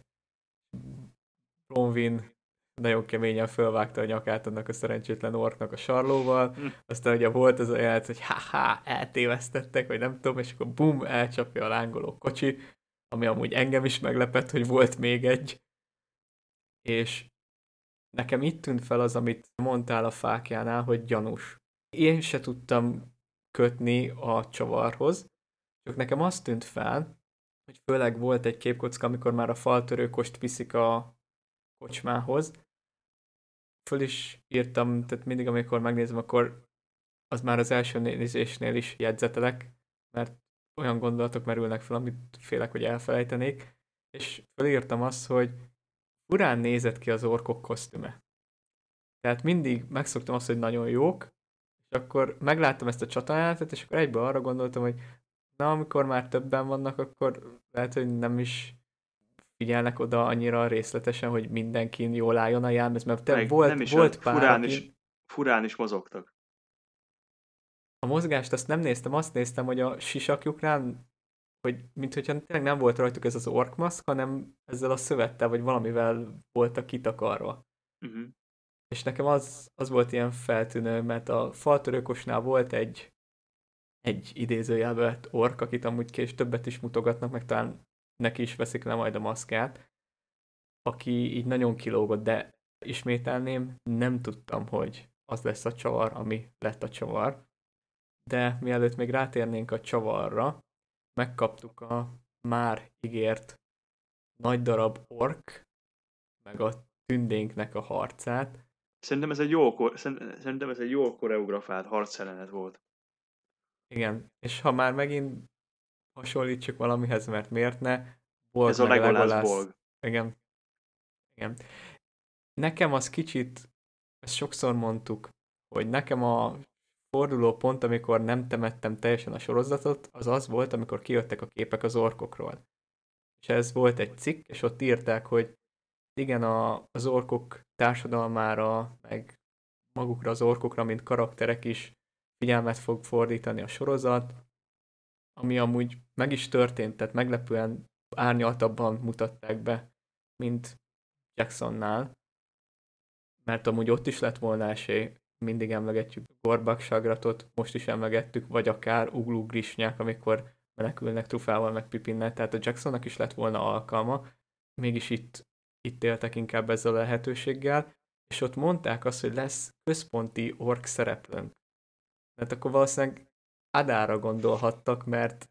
Bronwyn nagyon keményen fölvágta a nyakát annak a szerencsétlen orknak a sarlóval, aztán ugye volt ez a jelenet, hogy ha-ha, eltévesztettek, vagy nem tudom, és akkor bum, elcsapja a lángoló kocsi, ami amúgy engem is meglepett, hogy volt még egy, és nekem itt tűnt fel az, amit mondtál a fákjánál, hogy gyanús. Én se tudtam kötni a csavarhoz, csak nekem azt tűnt fel, hogy főleg volt egy képkocka, amikor már a faltörőkost viszik a kocsmához. Föl is írtam, tehát mindig, amikor megnézem, akkor az már az első nézésnél is jegyzetelek, mert olyan gondolatok merülnek fel, amit félek, hogy elfelejtenék, és felírtam azt, hogy furán nézett ki az orkok kosztüme. Tehát mindig megszoktam azt, hogy nagyon jók, és akkor megláttam ezt a csatornázatot, és akkor egyből arra gondoltam, hogy na, amikor már többen vannak, akkor lehet, hogy nem is figyelnek oda annyira részletesen, hogy mindenkin jól álljon a jelmez, mert te Meg nem is olyan, volt pár, aki furán is mozogtak. a mozgást azt nem néztem, azt néztem, hogy a sisakjuknál, hogy mintha tényleg nem volt rajtuk ez az orkmaszk, hanem ezzel a szövettel, vagy valamivel voltak kitakarva. Uh-huh. És nekem az volt ilyen feltűnő, mert a faltörőkosnál volt egy idézőjelbe vett ork, akit amúgy kés többet is mutogatnak, meg talán neki is veszik le majd a maszkát, aki így nagyon kilógott, de ismételném, nem tudtam, hogy az lesz a csavar, ami lett a csavar. De mielőtt még rátérnénk a csavarra, megkaptuk a már ígért nagy darab ork, meg a tündénknek a harcát. Szerintem ez egy jól koreografált harcjelenet volt. Igen, és ha már megint hasonlítsuk valamihez, mert miért ne? Bolg Ez a meg Legolas Legolas. Bolg. Igen, igen. Nekem az kicsit, ezt sokszor mondtuk, hogy nekem a forduló pont, amikor nem temettem teljesen a sorozatot, az az volt, amikor kijöttek a képek az orkokról. És ez volt egy cikk, és ott írták, hogy igen, az orkok társadalmára, meg magukra az orkokra, mint karakterek is figyelmet fog fordítani a sorozat, ami amúgy meg is történt, tehát meglepően árnyaltabban mutatták be, mint Jacksonnál, mert amúgy ott is lett volna esély, mindig emlegetjük Gorbak-Sagratot, most is emlegettük, vagy akár Uglu Grisnyák, amikor menekülnek Trufával meg Pippinnel, tehát a Jacksonnak is lett volna alkalma, mégis itt éltek inkább ezzel a lehetőséggel, és ott mondták azt, hogy lesz központi ork szereplőnk. Tehát akkor valószínűleg Adára gondolhattak, mert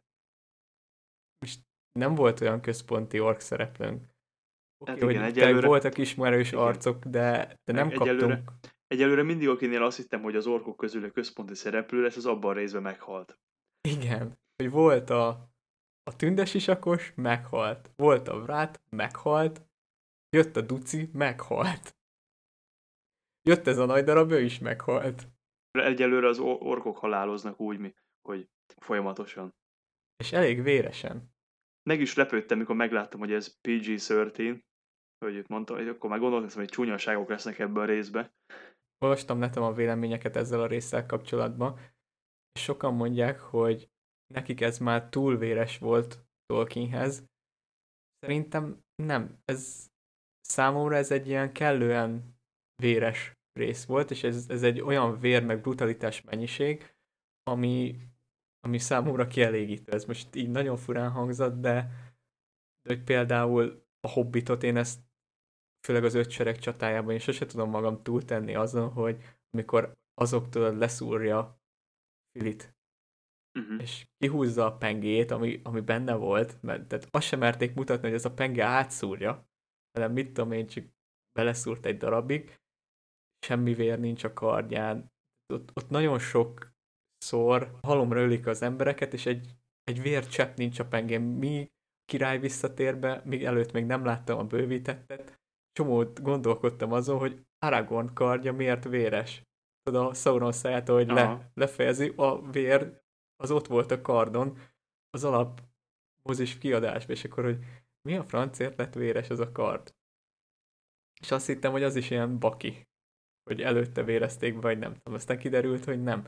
most nem volt olyan központi ork szereplőnk. Oké, Hát hogy igen, tényleg voltak ismerős igen. arcok, de nem kaptunk. Egyelőre mindig, akinél azt hittem, hogy az orkok közül a központi szereplő lesz, az abban a részben meghalt. Igen, hogy volt a tündes isakos, meghalt. Volt a vrát, meghalt. Jött a duci, meghalt. Jött ez a nagy darab, ő is meghalt. Egyelőre az orkok haláloznak úgy, hogy folyamatosan. És elég véresen. Meg is lepődtem, mikor megláttam, hogy ez PG-13, hogy itt mondtam, hogy akkor már gondoltam, hogy csúnyaságok lesznek ebben a részbe. Olvastam netem a véleményeket ezzel a résszel kapcsolatban, és sokan mondják, hogy nekik ez már túl véres volt Tolkienhez. Szerintem nem. Ez számomra ez egy ilyen kellően véres rész volt, és ez egy olyan vér meg brutalitás mennyiség, ami, ami számomra kielégítő. Ez most így nagyon furán hangzott, de hogy például a Hobbitot én ezt főleg az öt sereg csatájában én sose tudom magam túltenni azon, hogy amikor azoktól leszúrja Filit, Uh-huh. és kihúzza a pengét, ami benne volt, mert tehát azt sem merték mutatni, hogy ez a penge átszúrja, hanem mit tudom én, csak beleszúrt egy darabig, semmi vér nincs a kardján. Ott nagyon sokszor halomra ölik az embereket, és egy vércsepp nincs a pengén. Míg király visszatér be, míg előtt még nem láttam a bővítettet, csomót gondolkodtam azon, hogy Aragorn kardja miért véres. Tudod, a Sauron szájától, hogy Aha. lefejezi, a vér az ott volt a kardon, az alap mozis kiadásban, és akkor, hogy mi a francért lett véres az a kard. És azt hittem, hogy az is ilyen baki, hogy előtte vérezték, vagy nem tudom. Aztán kiderült, hogy nem.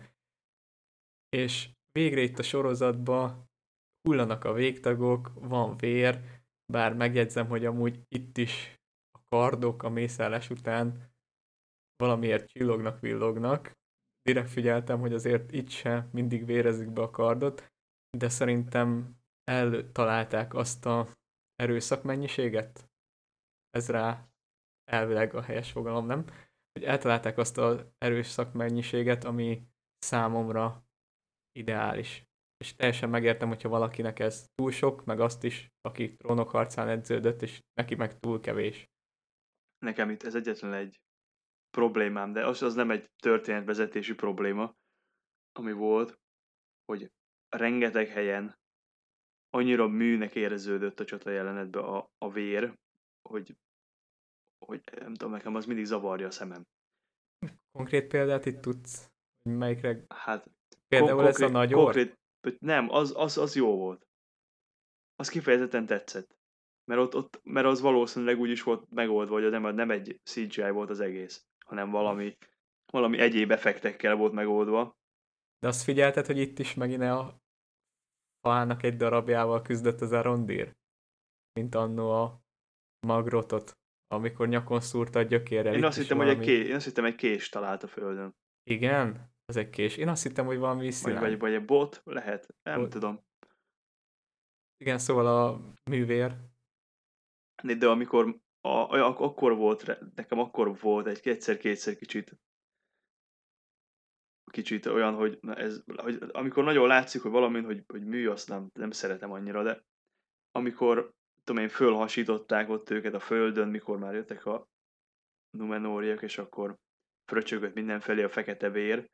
És végre itt a sorozatban hullanak a végtagok, van vér, bár megjegyzem, hogy amúgy itt is a kardok a mészállás után valamiért csillognak, villognak. Direkt figyeltem, hogy azért itt se mindig vérezik be a kardot, de szerintem eltalálták azt a erőszakmennyiséget. Ez rá elvileg a helyes fogalom, nem? Hogy eltalálták azt az erőszakmennyiséget, ami számomra ideális. És teljesen megértem, hogyha valakinek ez túl sok, meg azt is, aki trónokharcán edződött, és neki meg túl kevés. Nekem itt ez egyetlen egy problémám, de az nem egy történetvezetési probléma, ami volt, hogy rengeteg helyen annyira műnek érződött a csata jelenetben a vér, hogy nem tudom, nekem az mindig zavarja a szemem. Konkrét példát itt tudsz, hogy melyikre? Hát Például ez a nagy orr? hogy nem, az jó volt. Az kifejezetten tetszett. Mert az valószínűleg úgy is volt megoldva, hogy nem egy CGI volt az egész, hanem valami egyéb effektekkel volt megoldva. De azt figyelted, hogy itt is megint a fának egy darabjával küzdött az Arondir? Mint annó a Magrotot, amikor nyakon szúrta a gyökérrel, Én itt azt is hittem, hogy valami... én azt hittem, egy kés talált a földön. Igen? Az egy kés. Én azt hittem, hogy valami vízszilány. Vagy egy bot, lehet, nem Volt. tudom. Igen, szóval a művér. De amikor akkor volt, nekem akkor volt egy egyszer-kétszer kicsit olyan, hogy, hogy amikor nagyon látszik, hogy valamin, hogy mű, azt nem szeretem annyira, de amikor, tudom én, fölhasították ott őket a földön, mikor már jöttek a Numenóriak, és akkor fröcsögött mindenfelé a fekete vér,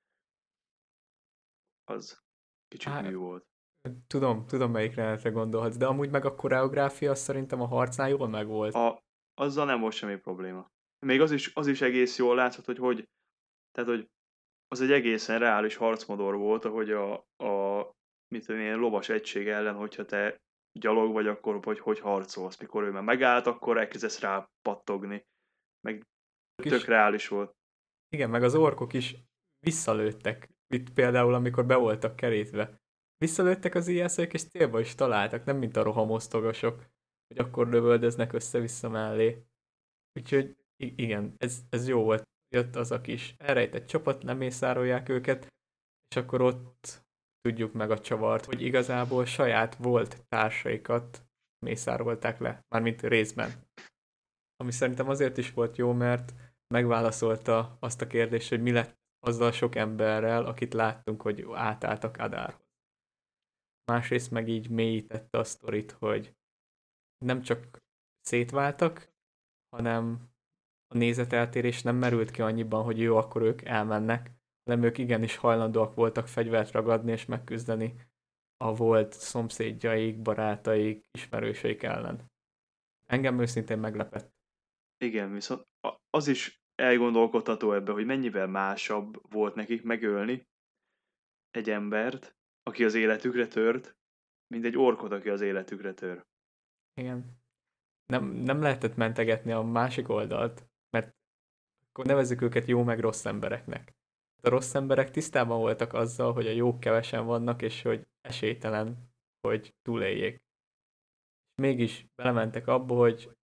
az kicsit Á, mű volt. tudom melyik jelenetre gondolhatsz, de amúgy meg a koreográfia az szerintem a harcnál jól megvolt. Azzal nem volt semmi probléma. Még az is egész jól látszott, tehát, hogy az egy egészen reális harcmodor volt, ahogy mit tudom én, lovas egység ellen, hogyha te gyalog vagy, akkor hogy harcolsz. Mikor ő már megállt, akkor elkezdesz rá pattogni. Meg tök És, reális volt. igen, meg az orkok is visszalőttek. Itt például, amikor be voltak kerítve. Visszalőttek az ijászok, és célba is találtak, nem mint a rohamosztogosok, hogy akkor lövöldöznek össze-vissza mellé. Úgyhogy igen, ez jó volt. Jött az a kis elrejtett csapat, lemészárolják őket, és akkor ott tudjuk meg a csavart, hogy igazából saját volt társaikat mészárolták le, mármint részben. Ami szerintem azért is volt jó, mert megválaszolta azt a kérdést, hogy mi lett azzal a sok emberrel, akit láttunk, hogy átálltak Adárhoz. Másrészt meg így mélyítette a sztorit, hogy nem csak szétváltak, hanem a nézeteltérés nem merült ki annyiban, hogy jó, akkor ők elmennek, hanem ők igenis hajlandóak voltak fegyvert ragadni és megküzdeni a volt szomszédjaik, barátaik, ismerőseik ellen. Engem őszintén meglepett. Igen, viszont az is elgondolkodtató ebbe, hogy mennyivel másabb volt nekik megölni egy embert, aki az életükre tört, mint egy orkot, aki az életükre tör. Igen. Nem lehetett mentegetni a másik oldalt, mert akkor nevezzük őket jó meg rossz embereknek. A rossz emberek tisztában voltak azzal, hogy a jók kevesen vannak, és hogy esélytelen, hogy túléljék. És mégis belementek abba, hogy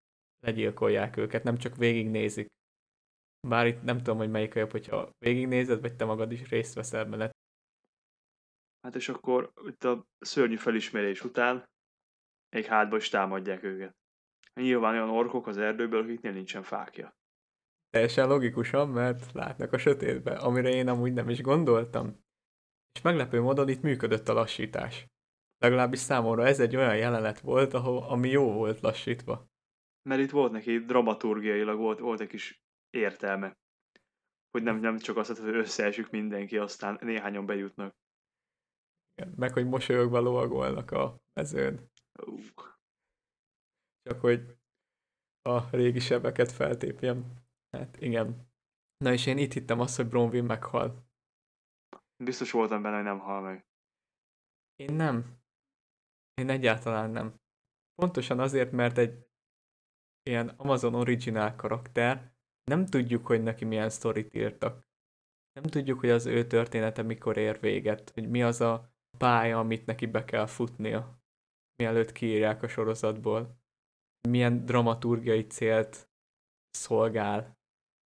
legyilkolják őket, nem csak végignézik. Bár itt nem tudom, hogy melyik a jobb, hogyha végignézed, vagy te magad is részt veszel benne. Hát és akkor itt a szörnyű felismerés után egy hátba is támadják őket. Nyilván olyan orkok az erdőből, akiknél nincsen fákja. Teljesen logikusan, mert látnak a sötétbe, amire én amúgy nem is gondoltam. És meglepő módon itt működött a lassítás. Legalábbis számomra ez egy olyan jelenet volt, ami jó volt lassítva. Mert itt volt neki dramaturgiailag volt egy kis értelme. Hogy nem csak azt, hogy összeesik mindenki, aztán néhányan bejutnak. Igen, meg hogy mosolyogva lovagolnak a mezőn. Uh. Csak hogy a régi sebeket feltépjem. Hát igen. Na és én itt hittem azt, hogy Bronwyn meghal. Biztos voltam benne, hogy nem hal meg. Én nem. Én egyáltalán nem. Pontosan azért, mert egy ilyen Amazon originál karakter, nem tudjuk, hogy neki milyen sztorit írtak. Nem tudjuk, hogy az ő története mikor ér véget, hogy mi az a pálya, amit neki be kell futnia, mielőtt kiírják a sorozatból. Milyen dramaturgiai célt szolgál.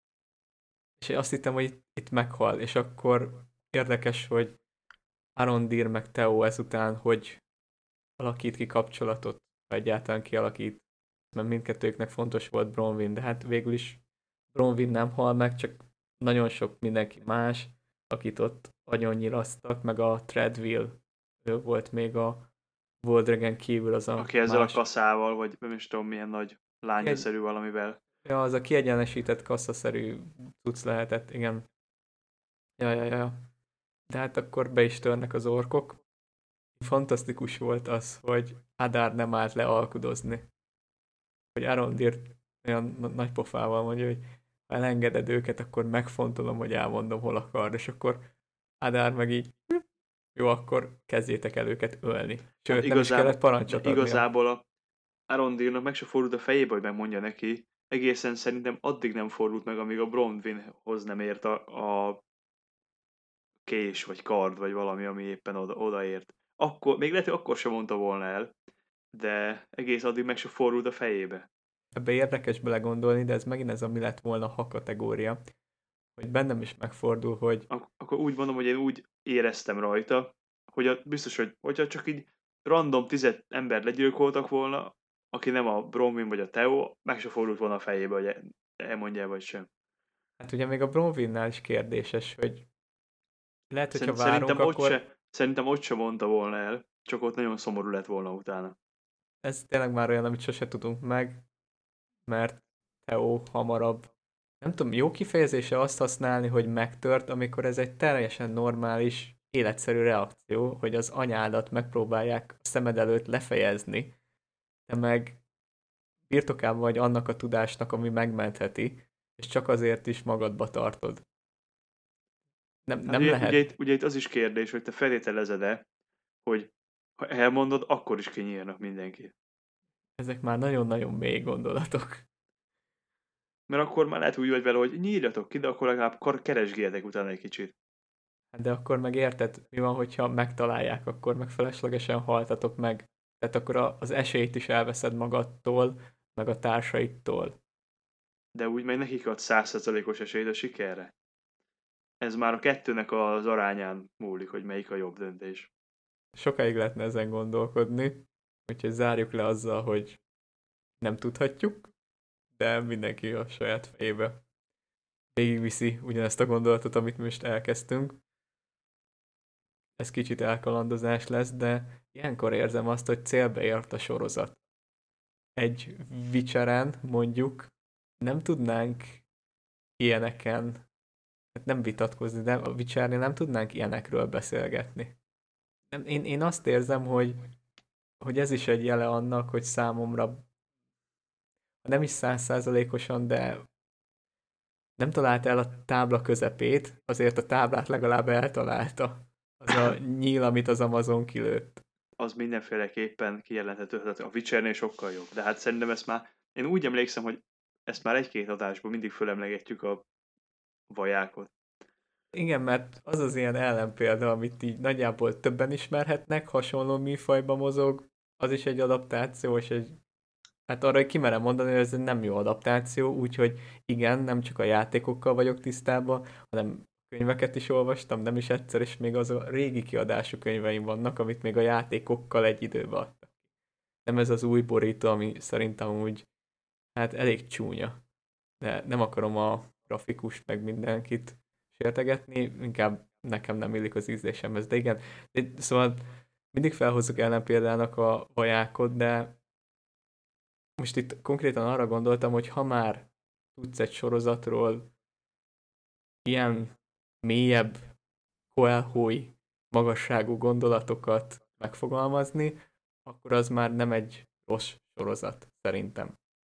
És én azt hittem, hogy itt meghal, és akkor érdekes, hogy Arondir meg Theo ezután, hogy alakít ki kapcsolatot, ha egyáltalán kialakít, mert mindkettőjüknek fontos volt Bronwyn, de hát végül is Bronwyn nem hal meg, csak nagyon sok mindenki más, akit ott agyonnyirasztak, meg a Treadwell, ő volt még a Voldregen kívül az a Aki ezzel más. a kaszával, vagy nem is tudom milyen nagy lányaszerű valamivel. Ja, az a kiegyenesített kaszaszerű cucc lehetett, igen. Ja. De hát akkor be is törnek az orkok. Fantasztikus volt az, hogy Adár nem állt le alkudozni. Hogy Arondir olyan nagy pofával mondja, hogy ha elengeded őket, akkor megfontolom, hogy elmondom, hol akar. És akkor Adár meg így, jó, akkor kezdjétek el őket ölni. Sőt, Hát nem is kellett parancsot adnia. igazából a Arondirnak meg se fordult a fejébe, hogy megmondja neki. Egészen szerintem addig nem fordult meg, amíg a Bronwynhoz nem ért a kés, vagy kard, vagy valami, ami éppen odaért. Akkor, még lehet, hogy akkor sem mondta volna el, de egész addig meg se fordult a fejébe. Ebbe érdekes belegondolni, de ez megint ez a mi lett volna ha kategória, hogy bennem is megfordul, hogy Akkor úgy mondom, hogy én úgy éreztem rajta, hogy biztos, hogy hogyha csak így random 10 ember legyilkoltak volna, aki nem a Bronwyn vagy a Theo, meg se fordult volna a fejébe, hogy elmondja vagy sem. hát ugye még a Bronwynnál is kérdéses, hogy lehet, hogyha várunk, Szerintem akkor szerintem ott se mondta volna el, csak ott nagyon szomorú lett volna utána. ez tényleg már olyan, amit sose tudunk meg, mert Theo hamarabb, nem tudom, jó kifejezése azt használni, hogy megtört, amikor ez egy teljesen normális, életszerű reakció, hogy az anyádat megpróbálják a szemed előtt lefejezni, te meg birtokában vagy annak a tudásnak, ami megmentheti, és csak azért is magadba tartod. Nem, Hát nem lehet. ugye itt az is kérdés, hogy te feltételezed-e, hogy ha elmondod, akkor is kinyírnak mindenki. Ezek már nagyon-nagyon mély gondolatok. Mert akkor már lehet úgy vagy vele, hogy nyírjatok ki, de akkor legalább keresgéljetek utána egy kicsit. De akkor meg érted, mi van, hogyha megtalálják, akkor meg feleslegesen haltatok meg. Tehát akkor az esélyt is elveszed magadtól, meg a társaidtól. De úgy meg nekik ad 100%-os esélyt a sikerre. Ez már a kettőnek az arányán múlik, hogy melyik a jobb döntés. Sokáig lehetne ezen gondolkodni, úgyhogy zárjuk le azzal, hogy nem tudhatjuk, de mindenki a saját fejébe végigviszi ugyanezt a gondolatot, amit most elkezdtünk. Ez kicsit elkalandozás lesz, de ilyenkor érzem azt, hogy célbe ért a sorozat. Egy Witcheren mondjuk nem tudnánk ilyeneken, hát nem vitatkozni, de a Witchernél nem tudnánk ilyenekről beszélgetni. Én azt érzem, hogy ez is egy jele annak, hogy számomra nem is 100%-osan, de nem találta el a tábla közepét, azért a táblát legalább eltalálta. Az a nyíl, amit az Amazon kilőtt. Az mindenféleképpen kijelenthető, tehát a Witchernél sokkal jobb. De hát szerintem ezt már, én úgy emlékszem, hogy ezt már egy-két adásban mindig fölemlegetjük a vajákot. Igen, mert az az ilyen ellenpélda, amit így nagyjából többen ismerhetnek, hasonló műfajba mozog, az is egy adaptáció, és egy hát arra kimerem mondani, hogy ez egy nem jó adaptáció, úgyhogy igen, nem csak a játékokkal vagyok tisztában, hanem könyveket is olvastam, nem is egyszer, és még az a régi kiadású könyveim vannak, amit még a játékokkal egy időben adtak. Nem ez az új borító, ami szerintem úgy, hát elég csúnya. De nem akarom a grafikust meg mindenkit sértegetni, inkább nekem nem illik az ízlésemhez. De igen, szóval mindig felhozzuk ellenpéldának a vajákot, de most itt konkrétan arra gondoltam, hogy ha már tudsz egy sorozatról ilyen mélyebb, koelhói magasságú gondolatokat megfogalmazni, akkor az már nem egy rossz sorozat, szerintem.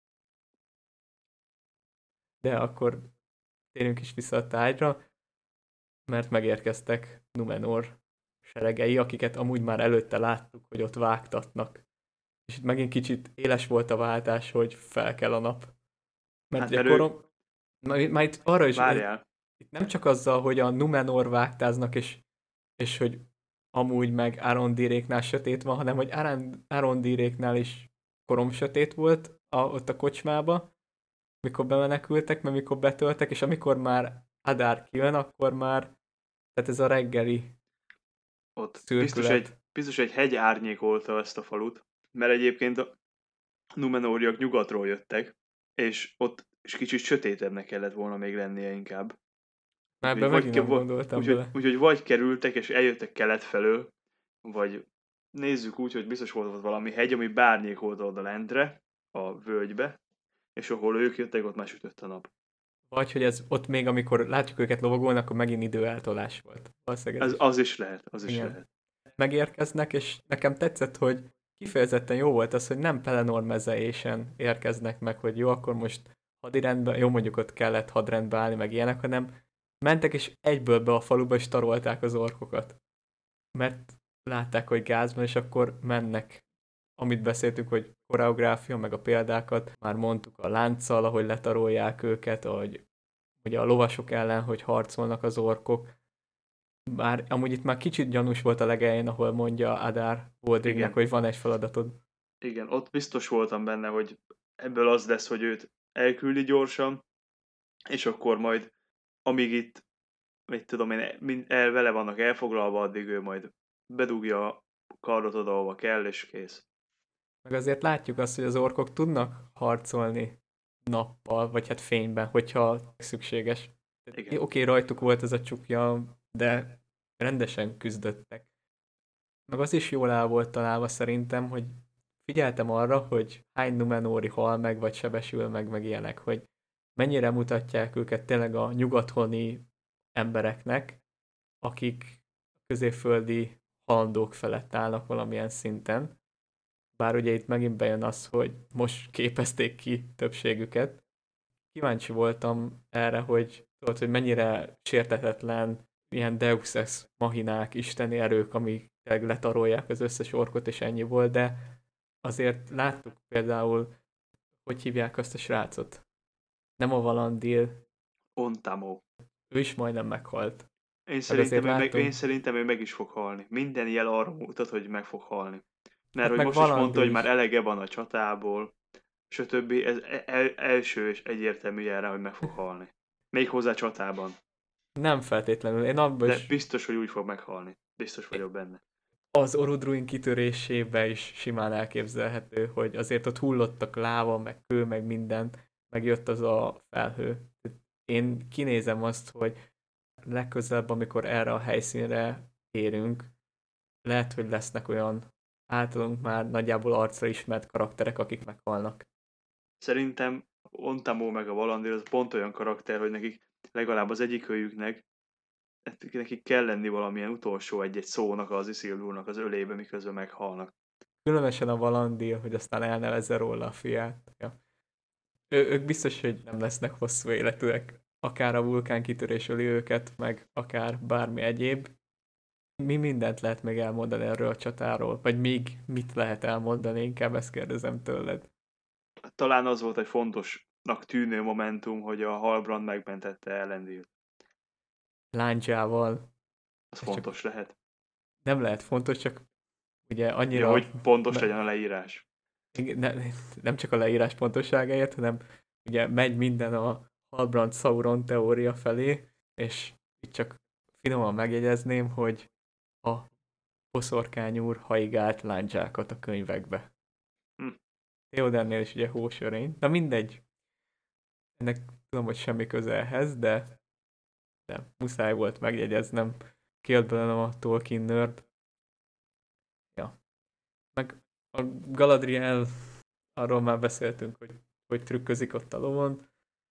De akkor térjünk is vissza a tárgyra, mert megérkeztek Numenor seregei, akiket amúgy már előtte láttuk, hogy ott vágtatnak. És itt megint kicsit éles volt a váltás, hogy fel kell a nap. Mert Hát ugye mert ők, már itt arra is, várjál, itt nem csak azzal, hogy a Numenor vágtáznak, és hogy amúgy meg Arondiréknál sötét van, hanem hogy Arondiréknál is korom sötét volt ott a kocsmába, mikor bemenekültek, mert mikor betöltek, és amikor már Adár kijön, akkor már, tehát ez a reggeli ott szürkület. biztos egy hegy árnyékolta ezt a falut, mert egyébként a Numenóriak nyugatról jöttek, és ott is kicsit sötétebbnek kellett volna még lennie inkább. Már ebben megint nem gondoltam bele. Úgyhogy vagy kerültek és eljöttek kelet felől, vagy nézzük úgy, hogy biztos volt ott valami hegy, ami bárnyékolta oda lentre, a völgybe, és ahol ők jöttek, ott már sütött a nap. Vagy hogy ez ott még, amikor látjuk őket lovagolni, akkor megint időeltolás volt. Valószínűleg ez is. Az is lehet, az is Igen. lehet. Megérkeznek, és nekem tetszett, hogy kifejezetten jó volt az, hogy nem Pelennor mezeésen érkeznek meg, hogy jó, akkor most hadirendben, jó, mondjuk ott kellett hadrendbe állni, meg ilyenek, hanem mentek, és egyből be a faluba, és tarolták az orkokat. Mert látták, hogy gáz van, és akkor mennek. Amit beszéltünk, hogy koreográfia, meg a példákat, már mondtuk a lánccal, ahogy letarolják őket, ahogy ugye a lovasok ellen, hogy harcolnak az orkok. Bár amúgy itt már kicsit gyanús volt a legelején, ahol mondja Adár Baldrignak, hogy van egy feladatod. Igen, ott biztos voltam benne, hogy ebből az lesz, hogy őt elküldi gyorsan, és akkor majd, amíg itt, mit tudom én, vele vannak elfoglalva, addig ő majd bedugja a kardot oda, ahova kell, és kész. Meg azért látjuk azt, hogy az orkok tudnak harcolni nappal, vagy hát fényben, hogyha szükséges. Igen. Oké, rajtuk volt ez a csukja, de rendesen küzdöttek. Meg az is jól el volt találva szerintem, hogy figyeltem arra, hogy hány Numenóri hal meg, vagy sebesül meg, meg ilyenek, hogy mennyire mutatják őket tényleg a nyugathoni embereknek, akik a középföldi halandók felett állnak valamilyen szinten. Bár ugye itt megint bejön az, hogy most képezték ki többségüket. Kíváncsi voltam erre, hogy tudod, hogy mennyire sértetetlen ilyen Deus Ex machinák, isteni erők, amik letarolják az összes orkot, és ennyi volt, de azért láttuk például, hogy hívják azt a srácot. Nem a Valandil, Ontamo. ő is majdnem meghalt. Én Látunk, szerintem ő meg is fog halni. Minden jel arra mutat, hogy meg fog halni. Mert hát hogy meg most is mondta, Valandil hogy is. már elege van a csatából, stb. Ez első és egyértelmű jel rá, hogy meg fog halni. Még hozzá csatában. Nem feltétlenül, én abban De is biztos, hogy úgy fog meghalni. Biztos vagyok benne. az Orodruin kitörésébe is simán elképzelhető, hogy azért ott hullottak láva, meg kő, meg minden, meg jött az a felhő. Én kinézem azt, hogy legközelebb, amikor erre a helyszínre érünk, lehet, hogy lesznek olyan általunk már nagyjából arcra ismert karakterek, akik meghalnak. Szerintem Ontamo meg a Valandir az pont olyan karakter, hogy nekik legalább az egyikőjüknek nekik kell lenni valamilyen utolsó egy-egy szónak az Isildurnak az ölébe, miközben meghalnak. Különösen a Valandil, hogy aztán elnevezze róla a fiát. Ja. Ők biztos, hogy nem lesznek hosszú életűek. Akár a vulkánkitörés öli őket, meg akár bármi egyéb. Mi mindent lehet még elmondani erről a csatáról? Vagy még mit lehet elmondani? Inkább ezt kérdezem tőled. Talán az volt egy fontosnak tűnő momentum, hogy a Halbrand megmentette Elendil. Láncsával. Az Ez csak fontos lehet. nem lehet fontos, csak ugye Ja, annyira... hogy pontos legyen a leírás. Nem csak a leírás pontosságáért, hanem ugye megy minden a Halbrand Sauron teória felé, és itt csak finoman megjegyezném, hogy a boszorkány úr haigált lándzsákat a könyvekbe. Hm. Theodennél is ugye hósörény. Na mindegy. Ennek tudom, hogy semmi köze ehhez, de muszáj volt megjegyeznem. Kijött belőlem a Tolkien nerd. Ja. Meg a Galadriel, arról már beszéltünk, hogy trükközik ott a lovon.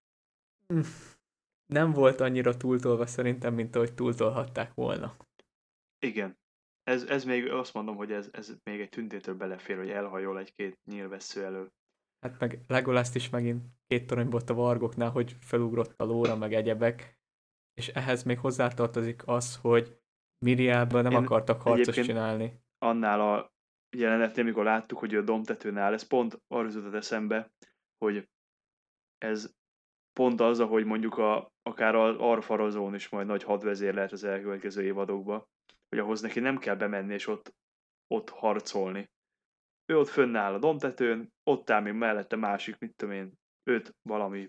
Nem volt annyira túltolva szerintem, mint ahogy túltolhatták volna. Igen. Ez még azt mondom, hogy ez még egy tüntétől belefér, hogy elhajol egy-két nyílvessző elől. Hát meg Legolaszt is megint 2 toronyból a vargoknál, hogy felugrott a lóra, meg egyebek. És ehhez még hozzátartozik az, hogy Mirielből nem Én akartak harcos egyébként csinálni. annál a jelenetnél, amikor láttuk, hogy a domtetőn áll, ez pont arra jutott eszembe, hogy ez pont az, ahogy mondjuk akár az Arpharazón is majd nagy hadvezér lehet az elkövetkező évadokban, hogy ahhoz neki nem kell bemenni és ott harcolni. Ő ott fönnáll a domtetőn, ott áll még mellette másik, mit tudom én, 5 valami,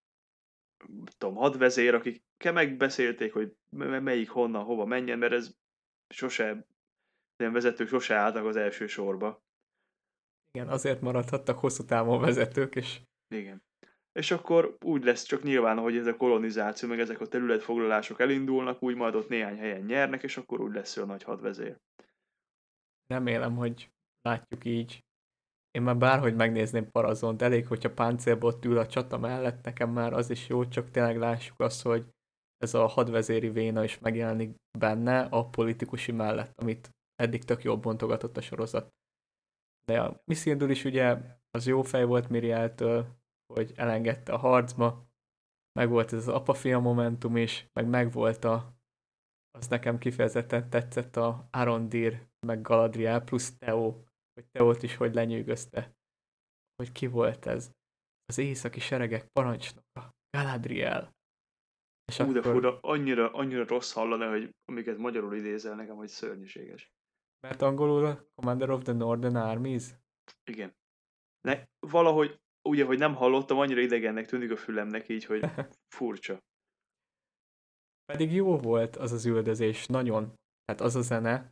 tudom, hadvezér, akik megbeszélték, hogy melyik honnan, hova menjen, mert ez sose, ilyen vezetők sose álltak az első sorba. Igen, azért maradhattak hosszú távon vezetők, és Igen. És akkor úgy lesz csak nyilván, hogy ez a kolonizáció, meg ezek a területfoglalások elindulnak, úgy majd ott néhány helyen nyernek, és akkor úgy lesz ő a nagy hadvezér. remélem, hogy látjuk így. Én már bárhogy megnézném Parazont, elég, hogyha páncélból ott ül a csata mellett, nekem már az is jó, csak tényleg lássuk azt, hogy ez a hadvezéri véna is megjelenik benne a politikusi mellett, amit eddig tök jól bontogatott a sorozat. De a Isildur is ugye az jó fej volt Mirieltől, hogy elengedte a harcba, meg volt ez az apa-fia momentum is, meg volt az nekem kifejezetten tetszett a Arondir, meg Galadriel plusz Theo, hogy Theót is hogy lenyűgözte, hogy ki volt ez. Az északi seregek parancsnoka, Galadriel. És De akkor, fura, annyira rossz hallani, hogy amiket magyarul idézel nekem, hogy szörnyűséges. mert angolul a Commander of the Northern Armies, Igen. Valahogy ugye, hogy nem hallottam, annyira idegennek tűnik a fülemnek így, hogy furcsa. pedig jó volt az az üldözés, nagyon. Tehát az a zene,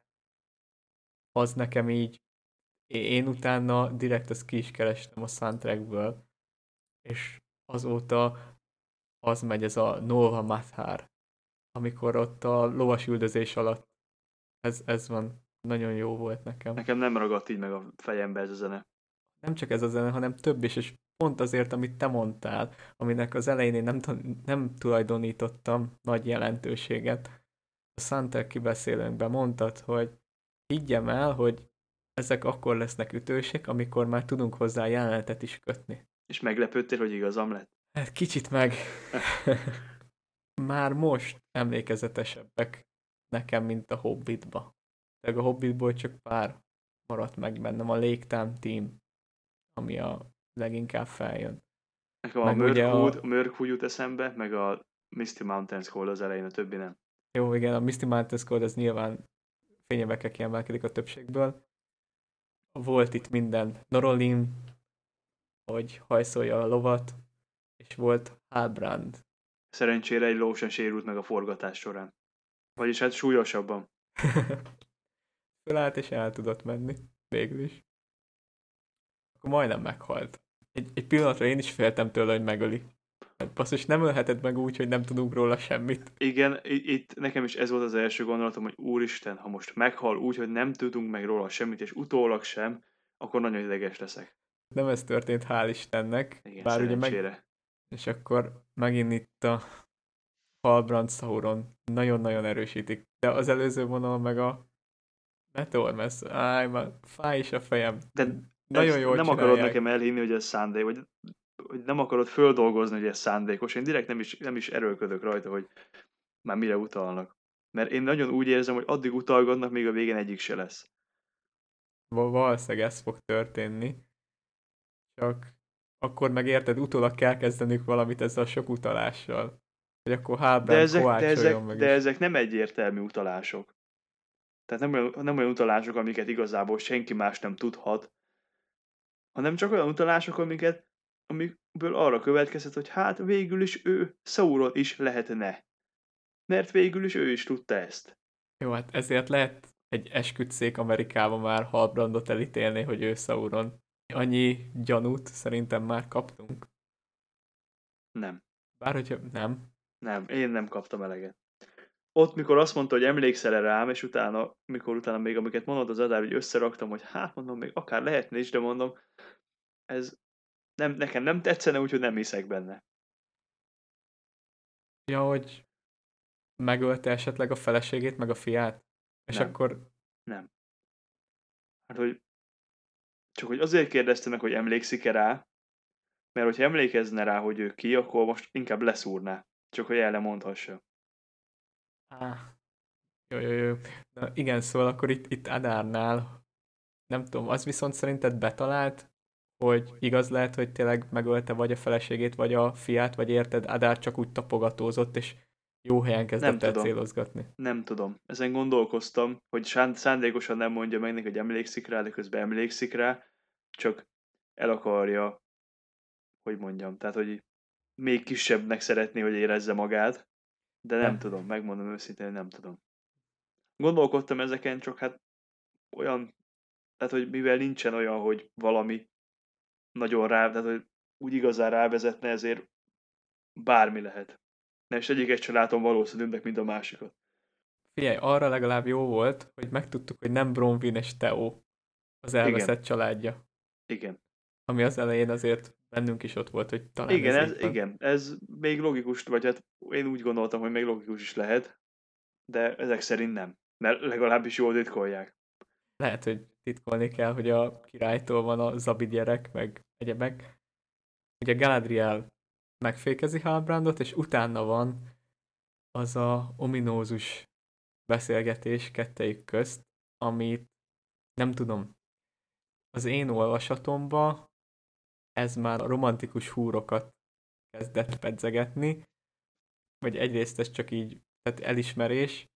az nekem így, én utána direkt ezt ki is kerestem a soundtrackből, és azóta az megy ez a Nova Mathar, amikor ott a lovas üldözés alatt ez van. Nagyon jó volt nekem. Nekem nem ragadt így meg a fejembe ez a zene. Nem csak ez a zene, hanem több is, és pont azért, amit te mondtál, aminek az elején én nem tulajdonítottam nagy jelentőséget. A soundtrack kibeszélőnkben mondtad, hogy higgyem el, hogy ezek akkor lesznek ütősek, amikor már tudunk hozzá jelenetet is kötni. És meglepődtél, hogy igazam lett? Hát kicsit meg. Már most emlékezetesebbek nekem, mint a Hobbitba. Tehát a Hobbitból csak pár maradt meg bennem, a Lake Team, ami a leginkább feljön. Nekem Meg ugye A Mirkwood jut eszembe, meg a Misty Mountains Cold az elején, a többi nem. jó, igen, a Misty Mountains Code, ez nyilván fényevekkel kiemelkedik a többségből. Volt itt minden. Norolin, hogy hajszolja a lovat, és volt Halbrand. Szerencsére egy ló sem sérült meg a forgatás során. Vagyis hát súlyosabban. Fölállt és el tudott menni. Végül is. Akkor majdnem meghalt. Egy pillanatra én is féltem tőle, hogy megöli. Hát basszus, nem ölheted meg úgy, hogy nem tudunk róla semmit. Igen, itt nekem is ez volt az első gondolatom, hogy úristen, ha most meghal úgy, hogy nem tudunk meg róla semmit, és utólag sem, akkor nagyon ideges leszek. Nem ez történt, hál' Istennek. Igen, Bár ugye szerencsére. És akkor megint itt a Halbrand Sauron nagyon-nagyon erősítik. De az előző vonal meg a Meteor már fáj is a fejem. De Nagyon jól nem csinálják. akarod nekem elhinni, hogy ez szándék, hogy nem akarod földolgozni, hogy ez szándékos. Én direkt nem is erőlködök rajta, hogy már mire utalnak. Mert én nagyon úgy érzem, hogy addig utalgatnak, még a végén egyik se lesz. Valószínűleg ez fog történni. Csak akkor meg érted, utólag kell kezdenünk valamit ezzel a sok utalással. Hogy akkor Halbrand kovácsoljon meg De is. ezek nem egyértelmű utalások. Tehát nem olyan utalások, amiket igazából senki más nem tudhat, hanem csak olyan utalások, amikből arra következett, hogy hát végül is ő Sauron is lehetne. Mert végül is ő is tudta ezt. Jó, hát ezért lehet egy esküdtszék Amerikában már Halbrandot elítélni, hogy ő Sauron. Annyi gyanút szerintem már kaptunk. Nem. Bár hogyha nem. Nem, én nem kaptam eleget. Ott, mikor azt mondta, hogy emlékszel rám, és utána még amiket mondott az Adár, hogy összeraktam, hogy hát mondom, még akár lehetne is, de mondom, ez nekem nem tetszene, úgyhogy nem hiszek benne. Ja, hogy megölte esetleg a feleségét, meg a fiát? És Nem. akkor Nem. Hát, hogy csak hogy azért kérdezte meg, hogy emlékszik-e rá, mert hogyha emlékezne rá, hogy ő ki, akkor most inkább leszúrná. Csak hogy el nem mondhassa. Jó. Na, igen, szóval akkor itt Adárnál, nem tudom, az viszont szerinted betalált, hogy igaz lehet, hogy tényleg megölte vagy a feleségét, vagy a fiát, vagy érted, Adár csak úgy tapogatózott, és jó helyen Nem kezdett el tudom. célozgatni. Nem tudom. Ezen gondolkoztam, hogy szándékosan nem mondja meg neki, hogy emlékszik rá, de közben emlékszik rá, csak el akarja, hogy mondjam, tehát, hogy még kisebbnek szeretné, hogy érezze magát, de nem De tudom, megmondom őszintén, nem tudom. Gondolkodtam ezeken, csak hát olyan, tehát, hogy mivel nincsen olyan, hogy valami nagyon rá, tehát, hogy úgy igazán rávezetne, ezért bármi lehet. Nem, és egyiket sem látom valószínűbbnek, mint a másikat. figyelj, arra legalább jó volt, hogy megtudtuk, hogy nem Bronwyn és Theo az Igen, elveszett családja. igen. Ami az elején azért bennünk is ott volt, hogy talán ez így van. Igen, ez még logikus, vagy hát én úgy gondoltam, hogy még logikus is lehet, de ezek szerint nem. Mert legalábbis jól titkolják. Lehet, hogy titkolni kell, hogy a királytól van a Zabi gyerek, meg egyebek. Ugye Galadriel megfékezi Halbrandot, és utána van az a ominózus beszélgetés kettejük közt, amit nem tudom, az én olvasatomba ez már a romantikus húrokat kezdett pedzegetni, vagy egyrészt ez csak így, tehát elismerés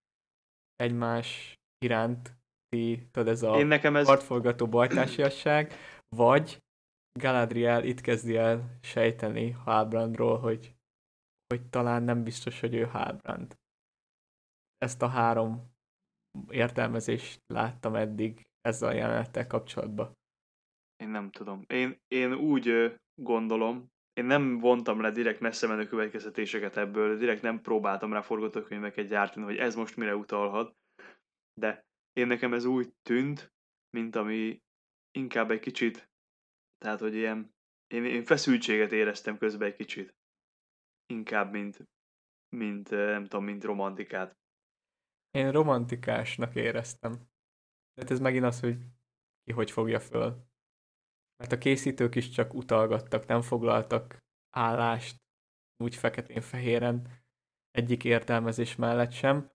egymás iránti, tudod, ez Én a nekem ez, kartforgató bajtársiasság, vagy Galadriel itt kezdi el sejteni Halbrandról, hogy talán nem biztos, hogy ő Halbrand. Ezt a három értelmezést láttam eddig ezzel a jelenettel kapcsolatban. én nem tudom. Én úgy gondolom, én nem vontam le direkt messze menő következtetéseket ebből, direkt nem próbáltam rá forgatókönyveket gyártani, hogy ez most mire utalhat, de nekem ez úgy tűnt, mint ami inkább egy kicsit, tehát hogy ilyen, én feszültséget éreztem közben egy kicsit. Inkább, mint nem tudom, mint romantikát. Én romantikásnak éreztem. Tehát ez megint az, hogy ki hogy fogja föl. Mert a készítők is csak utalgattak, nem foglaltak állást úgy feketén-fehéren egyik értelmezés mellett sem,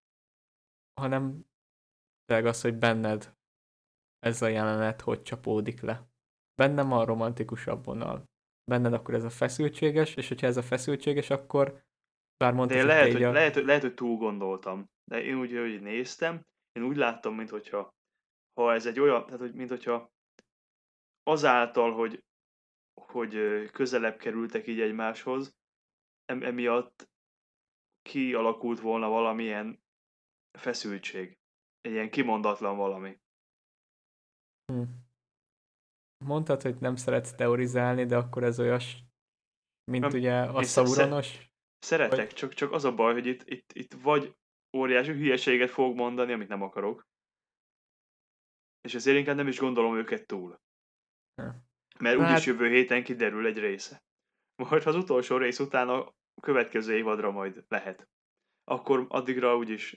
hanem tényleg az, hogy benned ez a jelenet hogy csapódik le. Bennem a romantikusabb vonal. Benned akkor ez a feszültséges, és hogyha ez a feszültséges, akkor bár De mondtad, én hogy te így a... lehet, hogy túl gondoltam. De én úgy, hogy néztem, én úgy láttam, mint hogyha ha ez egy olyan, tehát hogy mint hogyha azáltal, hogy közelebb kerültek így egymáshoz, emiatt kialakult volna valamilyen feszültség. Egy ilyen kimondatlan valami. Hm. Mondtad, hogy nem szeretsz teorizálni, de akkor ez olyas, mint Nem, ugye a én Sauronos, szeretek, vagy csak az a baj, hogy itt vagy óriási hülyeséget fogok mondani, amit nem akarok, és ezért inkább nem is gondolom őket túl. Mert na úgyis hát jövő héten kiderül egy része. Majd az utolsó rész után a következő évadra majd lehet. Akkor addigra úgyis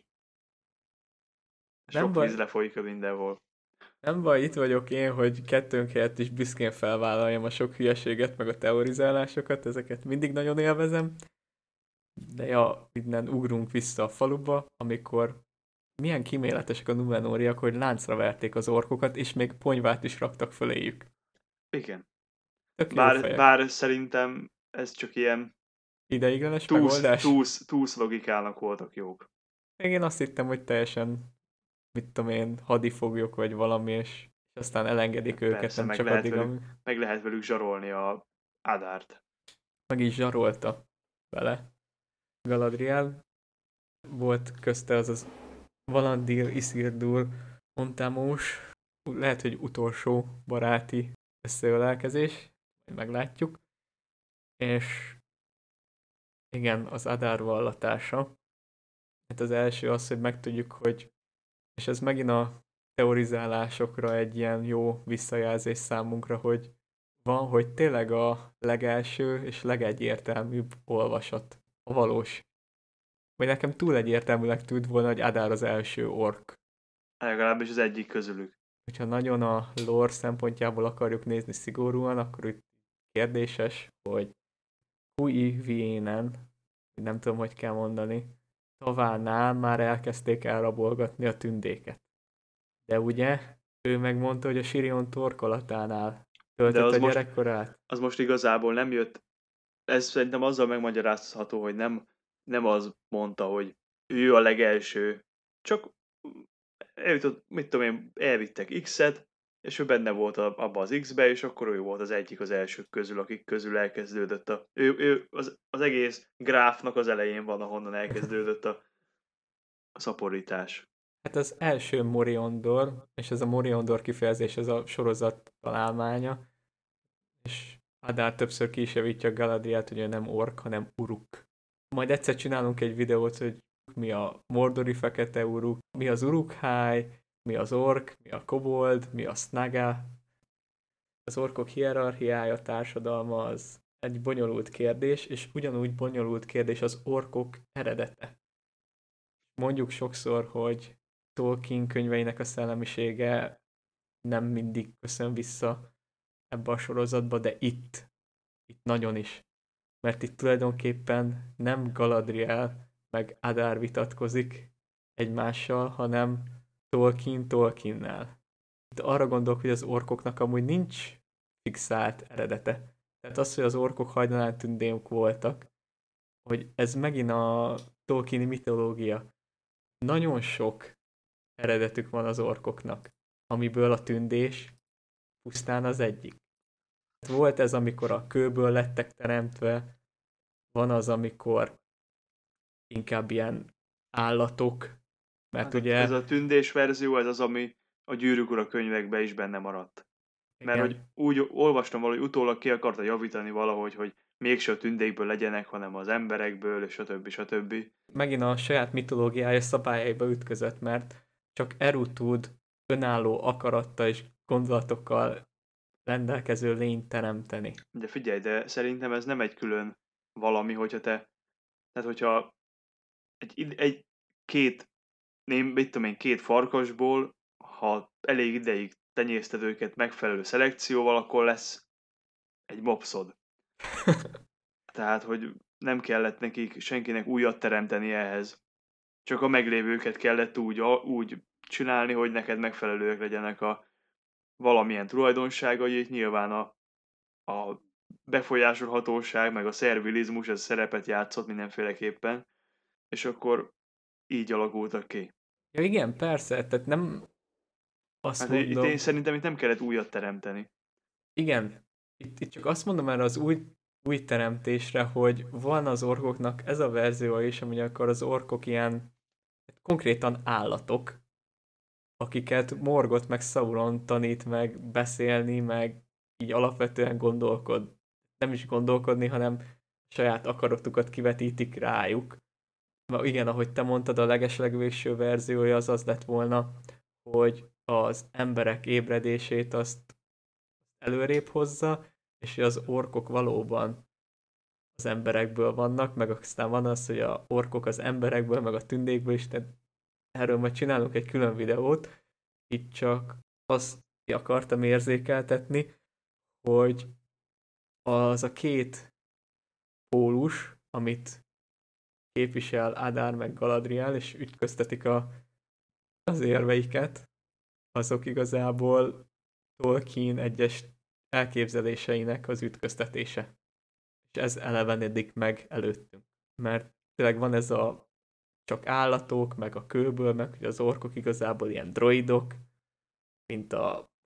nem sok víz baj, lefolyik a mindenhol. nem baj, itt vagyok én, hogy kettőnk helyett is büszkén felvállaljam a sok hülyeséget, meg a teorizálásokat, ezeket mindig nagyon élvezem. De ja, innen ugrunk vissza a faluba, amikor milyen kíméletesek a Numenóriak, hogy láncra verték az orkokat, és még ponyvát is raktak föléjük. Igen. Tök jó fejek. Bár szerintem ez csak ilyen Ideiglenes megoldás? túsz logikának voltak jók. Még én azt hittem, hogy teljesen, mit tudom én, hadifoglyok vagy valami, és aztán elengedik őket, Persze, nem csak addig, amíg meg lehet velük zsarolni a Adárt. meg is zsarolta vele Galadriel. Volt közte az Valandil, Isildur, Montamos, lehet, hogy utolsó baráti összeölelkezés, majd meglátjuk. És igen, az Adár vallatása. Hát az első az, hogy megtudjuk, hogy, és ez megint a teorizálásokra egy ilyen jó visszajelzés számunkra, hogy van, hogy tényleg a legelső és legegyértelműbb olvasat, a valós. Vagy nekem túl egyértelműleg tűnt volna, hogy Adár az első ork. Legalábbis az egyik közülük. Hogyha nagyon a lore szempontjából akarjuk nézni szigorúan, akkor itt kérdéses, hogy Hui Vienen, nem tudom, hogy kell mondani, Tavánál már elkezdték elrabolgatni a tündéket. De ugye, ő megmondta, hogy a Sirion torkolatánál De töltött az a most, gyerekkorát. az most igazából nem jött, ez szerintem azzal megmagyarázható, hogy nem az mondta, hogy ő a legelső, csak eljutott, mit tudom én, elvittek X-et, és ő benne volt abba az X-be, és akkor ő volt az egyik az elsők közül, akik közül elkezdődött ő az egész gráfnak az elején van, ahonnan elkezdődött a szaporítás. Hát az első Moriondor, és ez a Moriondor kifejezés, ez a sorozat találmánya, és Adár többször ki is javítja Galadrielt, hogy ő nem ork, hanem uruk. Majd egyszer csinálunk egy videót, hogy mi a mordori fekete uruk, mi az urukháj, mi az ork, mi a kobold, mi a snaga. Az orkok hierarchiája, társadalma az egy bonyolult kérdés, és ugyanúgy bonyolult kérdés az orkok eredete. Mondjuk sokszor, hogy Tolkien könyveinek a szellemisége nem mindig köszön vissza ebbe a sorozatba, de itt nagyon is. Mert itt tulajdonképpen nem Galadriel meg Adár vitatkozik egymással, hanem Tolkien Tolkiennel. Itt arra gondolok, hogy az orkoknak amúgy nincs fixált eredete. Tehát az, hogy az orkok hajdanán tündék voltak, hogy ez megint a Tolkieni mitológia. Nagyon sok eredetük van az orkoknak, amiből a tündés pusztán az egyik. Volt ez, amikor a kőből lettek teremtve, van az, amikor inkább ilyen állatok, mert Hát ugye... ez a tündés verzió, ez az, ami a Gyűrűk Ura könyvekben is benne maradt. Mert Igen. hogy úgy olvastam valahogy utólag ki akarta javítani valahogy, hogy mégse a tündékből legyenek, hanem az emberekből, és stb. Megint a saját mitológiája szabályaiba ütközött, mert csak Eru tud önálló akaratta és gondolatokkal rendelkező lényt teremteni. De figyelj, de szerintem ez nem egy külön valami, tehát hogyha egy két, mit tudom én, két farkasból, ha elég ideig tenyészted őket megfelelő szelekcióval, akkor lesz egy mopszod. Tehát, hogy nem kellett nekik senkinek újat teremteni ehhez. Csak a meglévőket kellett úgy csinálni, hogy neked megfelelőek legyenek a valamilyen tulajdonságai. Nyilván a befolyásolhatóság, meg a szervilizmus, ez szerepet játszott mindenféleképpen, és akkor így alakultak ki. Ja igen, persze, tehát nem azt Hát én mondom, szerintem itt nem kellett újat teremteni. igen, itt csak azt mondom erre az új teremtésre, hogy van az orkoknak ez a verzió is, ami akkor az orkok ilyen konkrétan állatok, akiket Morgoth meg Sauron tanít meg beszélni, meg így alapvetően nem is gondolkodni, hanem saját akaratukat kivetítik rájuk. Mert igen, ahogy te mondtad, a legeslegvégső verziója az lett volna, hogy az emberek ébredését azt előrébb hozza, és hogy az orkok valóban az emberekből vannak, meg aztán van az, hogy a orkok az emberekből, meg a tündékből is, tehát erről majd csinálunk egy külön videót, itt csak azt akartam érzékeltetni, hogy az a két pólus, amit képvisel Adár meg Galadriel, és ütköztetik az érveiket, azok igazából Tolkien egyes elképzeléseinek az ütköztetése. És ez elevenedik meg előttünk. Mert tényleg van ez a csak állatok, meg a kőből, meg hogy az orkok igazából ilyen droidok, mint a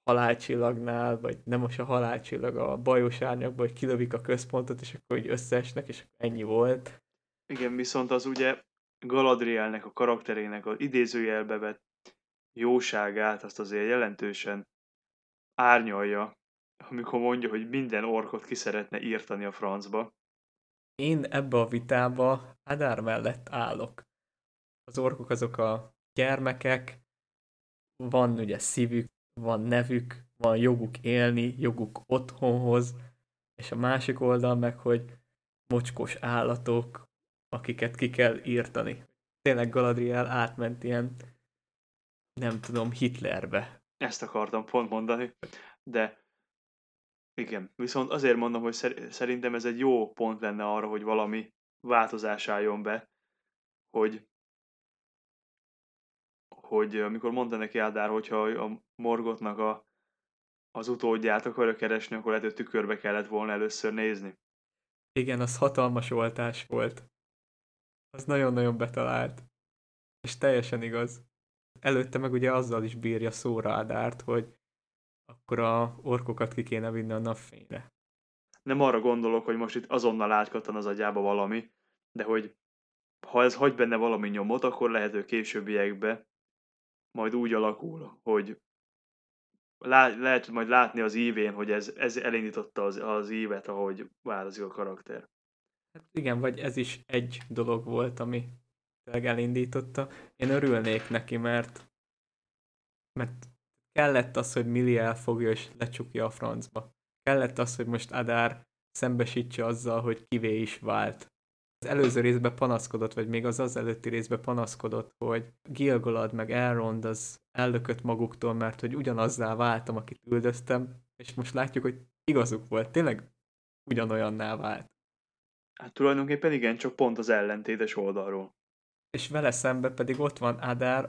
halálcsillagnál, vagy nem most a halálcsillag, a bajos árnyakban, hogy kilövik a központot, és akkor hogy összeesnek, és akkor ennyi volt. Igen, viszont az ugye Galadrielnek a karakterének az idézőjelbe vett jóságát, azt azért jelentősen árnyalja, amikor mondja, hogy minden orkot ki szeretne írtani a francba. Én ebbe a vitába Adár mellett állok. Az orkok azok a gyermekek, van ugye szívük, van nevük, van joguk élni, joguk otthonhoz, és a másik oldal meg, hogy mocskos állatok, akiket ki kell írtani. Tényleg Galadriel átment ilyen, nem tudom, Hitlerbe. Ezt akartam pont mondani, de igen. Viszont azért mondom, hogy szerintem ez egy jó pont lenne arra, hogy valami változás álljon be, hogy amikor mondta neki Ádár, hogyha a Morgothnak az utódját akarja keresni, akkor lehet, hogy tükörbe kellett volna először nézni. Igen, az hatalmas oltás volt. Az nagyon-nagyon betalált. És teljesen igaz. Előtte meg ugye azzal is bírja szóra Adárt, hogy akkor a orkokat ki kéne vinni a napfényre. Nem arra gondolok, hogy most itt azonnal átkattan az agyába valami, de hogy ha ez hagy benne valami nyomot, akkor lehet, hogy későbbiekben majd úgy alakul, hogy lehet majd látni az ívén, hogy ez elindította az ívet, ahogy változik a karakter. Hát igen, vagy ez is egy dolog volt, ami tényleg elindította. Én örülnék neki, mert kellett az, hogy Millie elfogja és lecsukja a francba. Kellett az, hogy most Adár szembesítse azzal, hogy kivé is vált. Az előző részben panaszkodott, vagy még az előtti részben panaszkodott, hogy Gil-galad meg Elrond az ellökött maguktól, mert hogy ugyanazzá váltam, akit üldöztem, és most látjuk, hogy igazuk volt, tényleg ugyanolyanná vált. Hát tulajdonképpen igen, csak pont az ellentétes oldalról. És vele szembe pedig ott van Adár,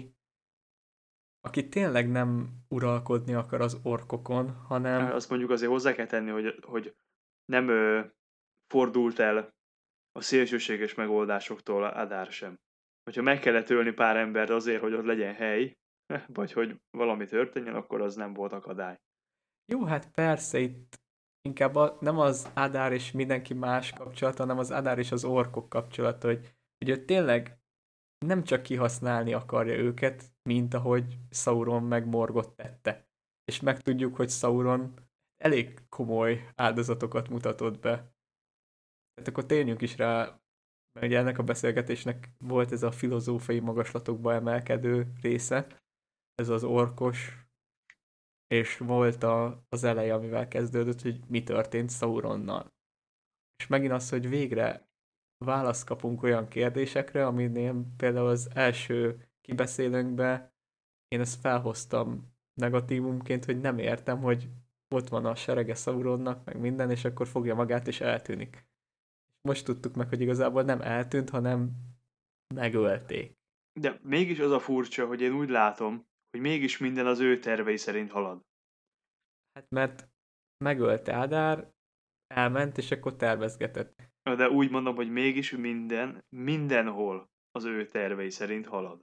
aki tényleg nem uralkodni akar az orkokon, hanem Azt mondjuk azért hozzá kell tenni, hogy nem fordult el a szélsőséges megoldásoktól Adár sem. Hogyha meg kellett ölni pár embert azért, hogy ott legyen hely, vagy hogy valami történjen, akkor az nem volt akadály. jó, hát persze itt inkább nem az Adár és mindenki más kapcsolata, hanem az Adár és az orkok kapcsolata, hogy ő tényleg nem csak kihasználni akarja őket, mint ahogy Sauron meg Morgoth tette. És megtudjuk, hogy Sauron elég komoly áldozatokat mutatott be. Tehát akkor térjünk is rá, mert ugye ennek a beszélgetésnek volt ez a filozófiai magaslatokba emelkedő része, ez az orkos, és volt az eleje, amivel kezdődött, hogy mi történt Sauronnal. És megint az, hogy végre választ kapunk olyan kérdésekre, aminél például az első kibeszélőnkbe én ezt felhoztam negatívumként, hogy nem értem, hogy ott van a serege Sauronnak, meg minden, és akkor fogja magát és eltűnik. Most tudtuk meg, hogy igazából nem eltűnt, hanem megölték. De mégis az a furcsa, hogy én úgy látom, hogy mégis minden az ő tervei szerint halad. Hát mert megölte Adár, elment, és akkor tervezgetett. De úgy mondom, hogy mégis mindenhol az ő tervei szerint halad.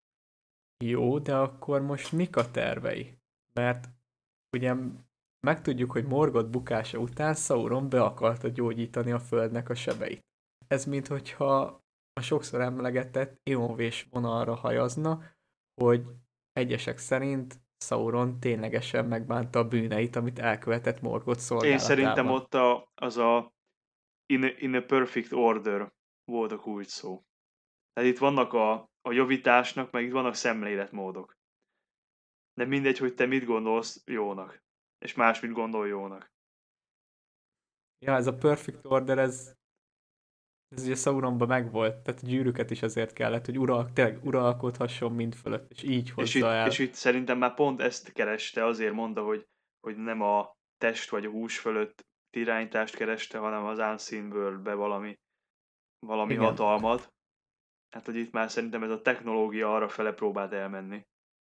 Jó, de akkor most mik a tervei? Mert ugye megtudjuk, hogy Morgoth bukása után Sauron be akarta gyógyítani a földnek a sebeit. Ez minthogyha a sokszor emlegetett Eonvés vonalra hajazna, hogy egyesek szerint Sauron ténylegesen megbánta a bűneit, amit elkövetett Morgoth Én szerintem szolgálatában. ott az a in a perfect order volt a kulcs szó. Tehát itt vannak a javításnak, meg itt vannak szemléletmódok. De mindegy, hogy te mit gondolsz jónak, és más mit gondol jónak. Ja, ez a Perfect Order, ez ugye Sauronban megvolt, tehát a gyűrűket is azért kellett, hogy tényleg uralkodhasson mind fölött, és így hozza És el. itt szerintem már pont ezt kereste, azért mondta, hogy nem a test vagy a hús fölött irányítást kereste, hanem az Unseen World-be valami Igen. hatalmat. Hát, hogy itt már szerintem ez a technológia arra fele próbált elmenni.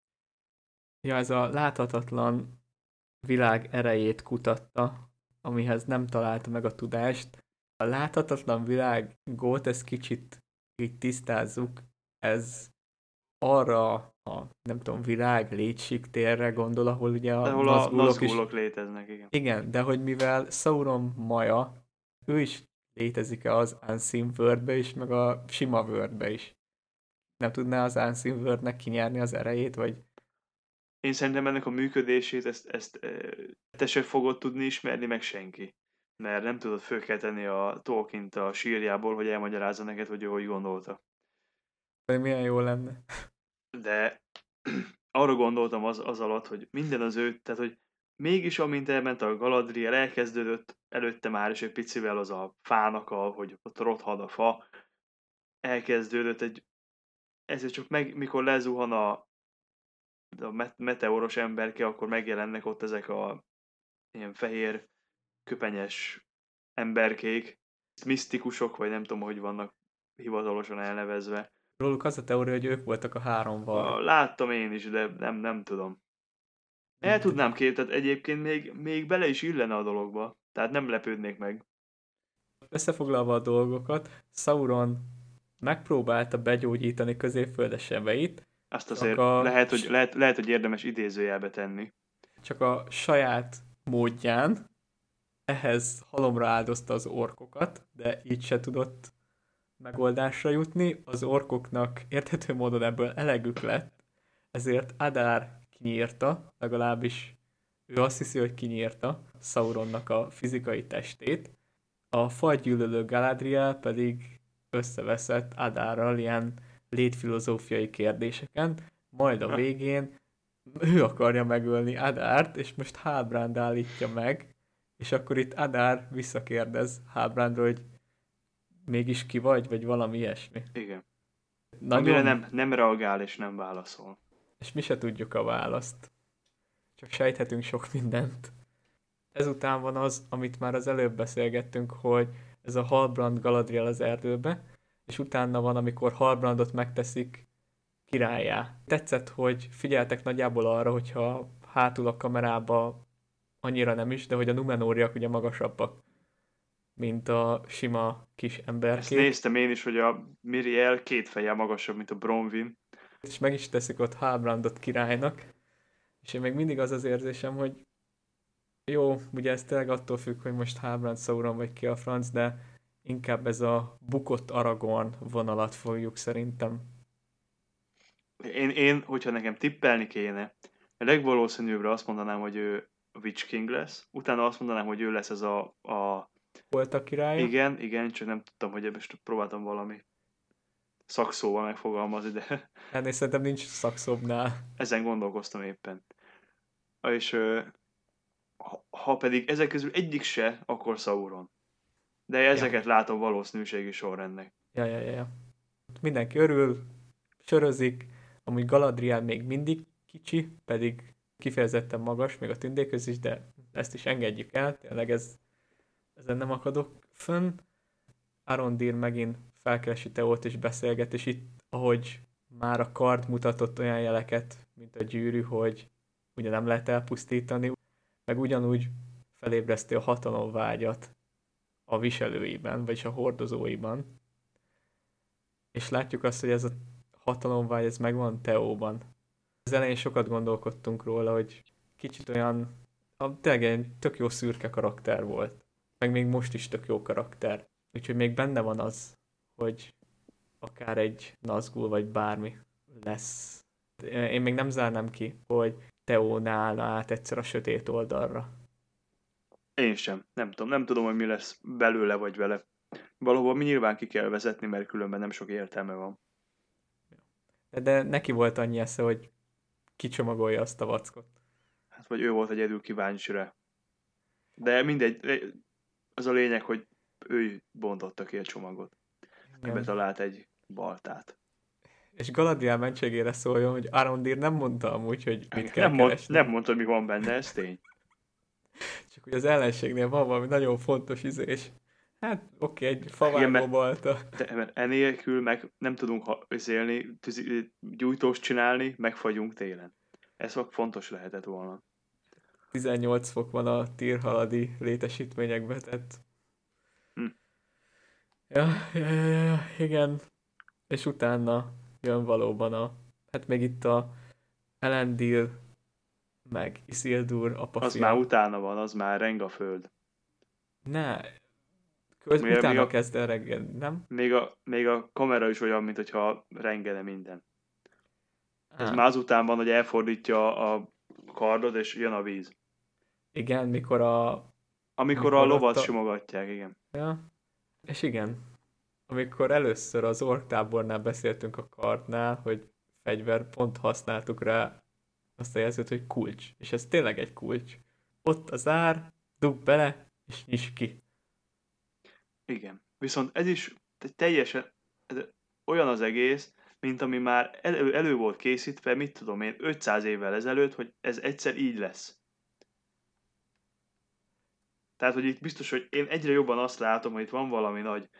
Ja, ez a láthatatlan világ erejét kutatta, amihez nem találta meg a tudást. A láthatatlan világot, ezt kicsit így tisztázzuk, ez arra a, nem tudom, világ létsik térre gondol, ahol ugye a Ahol a Nazgûlok is... Nazgûlok léteznek, igen. Igen, de hogy mivel Sauron maja, ő is létezik-e az Unseen Worldbe is, meg a sima Worldbe is. Nem tudná az Unseen Worldnek kinyerni az erejét, vagy... Én szerintem ennek a működését, ezt te se fogod tudni ismerni, meg senki. Mert nem tudod fölkelteni a Tolkient a sírjából, hogy elmagyarázza neked, hogy ő hogy gondolta. Vagy milyen jó lenne. De arra gondoltam az alatt, hogy minden az ő, tehát hogy mégis amint elment a Galadriel, elkezdődött előtte már is egy picivel az a fának, hogy ott rothad a fa, elkezdődött ezért csak mikor lezuhan a meteoros emberke, akkor megjelennek ott ezek a ilyen fehér, köpenyes emberkék, misztikusok, vagy nem tudom, hogy vannak hivatalosan elnevezve. Róluk az a teória, hogy ők voltak a három var. Láttam én is, de nem tudom. El tudnám képzelni, tehát egyébként még bele is illene a dologba. Tehát nem lepődnék meg. Összefoglalva a dolgokat, Sauron megpróbálta begyógyítani középföldes sebeit, Azt csak azért lehet, hogy érdemes idézőjelbe tenni. csak a saját módján. Ehhez halomra áldozta az orkokat, de így se tudott megoldásra jutni. Az orkoknak érthető módon ebből elegük lett, ezért Adár kinyírta, legalábbis ő azt hiszi, hogy kinyírta Sauronnak a fizikai testét. A fajgyűlölő Galadriel pedig összeveszett Adárral ilyen létfilozófiai kérdéseken, majd a végén ő akarja megölni Adárt, és most Halbrand állítja meg, és akkor itt Adár visszakérdez Halbrandról, hogy mégis ki vagy valami ilyesmi. Igen. Nagyon... Amire nem reagál és nem válaszol. És mi se tudjuk a választ. Csak sejthetünk sok mindent. Ezután van az, amit már az előbb beszélgettünk, hogy ez a Halbrand Galadriel az erdőbe, és utána van, amikor Halbrandot megteszik királlyá. Tetszett, hogy figyeltek nagyjából arra, hogyha hátul a kamerába annyira nem is, de hogy a Numenóriak ugye magasabbak, mint a sima kis emberkék. Ezt néztem én is, hogy a Miriel 2 fejjel magasabb, mint a Bronwyn. És meg is teszik ott Halbrandot királynak. És én még mindig az érzésem, hogy jó, ugye ez tényleg attól függ, hogy most Halbrand, Sauron vagy ki a franc, de inkább ez a bukott Aragorn vonalat fogjuk szerintem. Én, hogyha nekem tippelni kéne, a legvalószínűbbre azt mondanám, hogy ő Witch King lesz. Utána azt mondanám, hogy ő lesz ez a Volt a királya? Igen, csak nem tudtam, hogy most próbáltam valami szakszóval megfogalmazni, de Ennél szerintem nincs szakszóbbnál. ezen gondolkoztam éppen. És ha pedig ezek közül egyik se, akkor Sauron. De ezeket látom valószínűségi sorrendnek. Ja. Mindenki örül, sörözik, amúgy Galadriel még mindig kicsi, pedig kifejezetten magas, még a tündéköz is, de ezt is engedjük el, tényleg ezen nem akadok fönn. Arondir megint felkeresi Teót és beszélget, és itt, ahogy már a kard mutatott olyan jeleket, mint a gyűrű, hogy ugye nem lehet elpusztítani, meg ugyanúgy felébreszti a hatalomvágyat a viselőiben, vagyis a hordozóiban. És látjuk azt, hogy ez a hatalomvágy, ez megvan Teóban. Az elején sokat gondolkodtunk róla, hogy kicsit olyan, tényleg egy tök jó szürke karakter volt. Meg még most is tök jó karakter. Úgyhogy még benne van az, hogy akár egy Nazgûl vagy bármi lesz. Én még nem zárnám ki, hogy Teó ne állna át egyszer a sötét oldalra. Én sem. Nem tudom, hogy mi lesz belőle vagy vele. Valahol mi nyilván ki kell vezetni, mert különben nem sok értelme van. De neki volt annyi esze, hogy kicsomagolja azt a vackot. Hát vagy ő volt egyedül kíváncsi rá. De mindegy, az a lényeg, hogy ő bontotta ki a csomagot. Ebbe talált egy baltát. És Galadriel mentségére szóljon, hogy Arondir nem mondta amúgy, hogy mit kell keresni. Nem mondta, mi van benne, ez tény. Csak hogy az ellenségnél van valami nagyon fontos és hát oké, egy favágó balta. De enélkül meg nem tudunk izélni, gyújtóst csinálni, megfagyunk télen. Ez fontos lehetett volna. 18 fok van a tírhaladi létesítményekben, tehát... Ja, igen. És utána jön valóban Hát még itt a Elendil, meg Isildur Az apafia. már utána van, az már reng a föld. Ne, Még utána a, kezd el reggel, nem? még a kamera is olyan, mint hogyha rengene minden. Ez már Á, azután van, hogy elfordítja a kardot, és jön a víz. igen, Amikor a amikor ott lovat a... simogatják, igen. Ja, és igen, amikor először az orktábornál beszéltünk a kardnál, hogy fegyver, pont használtuk rá azt a jelzőt, hogy kulcs. És ez tényleg egy kulcs. Ott az ár, dugd bele, és nyisd ki. Igen. Viszont ez is teljesen ez olyan az egész, mint ami már elő volt készítve, mit tudom én, 500 évvel ezelőtt, hogy ez egyszer így lesz. Tehát, hogy itt biztos, hogy én egyre jobban azt látom, hogy itt van valami nagy,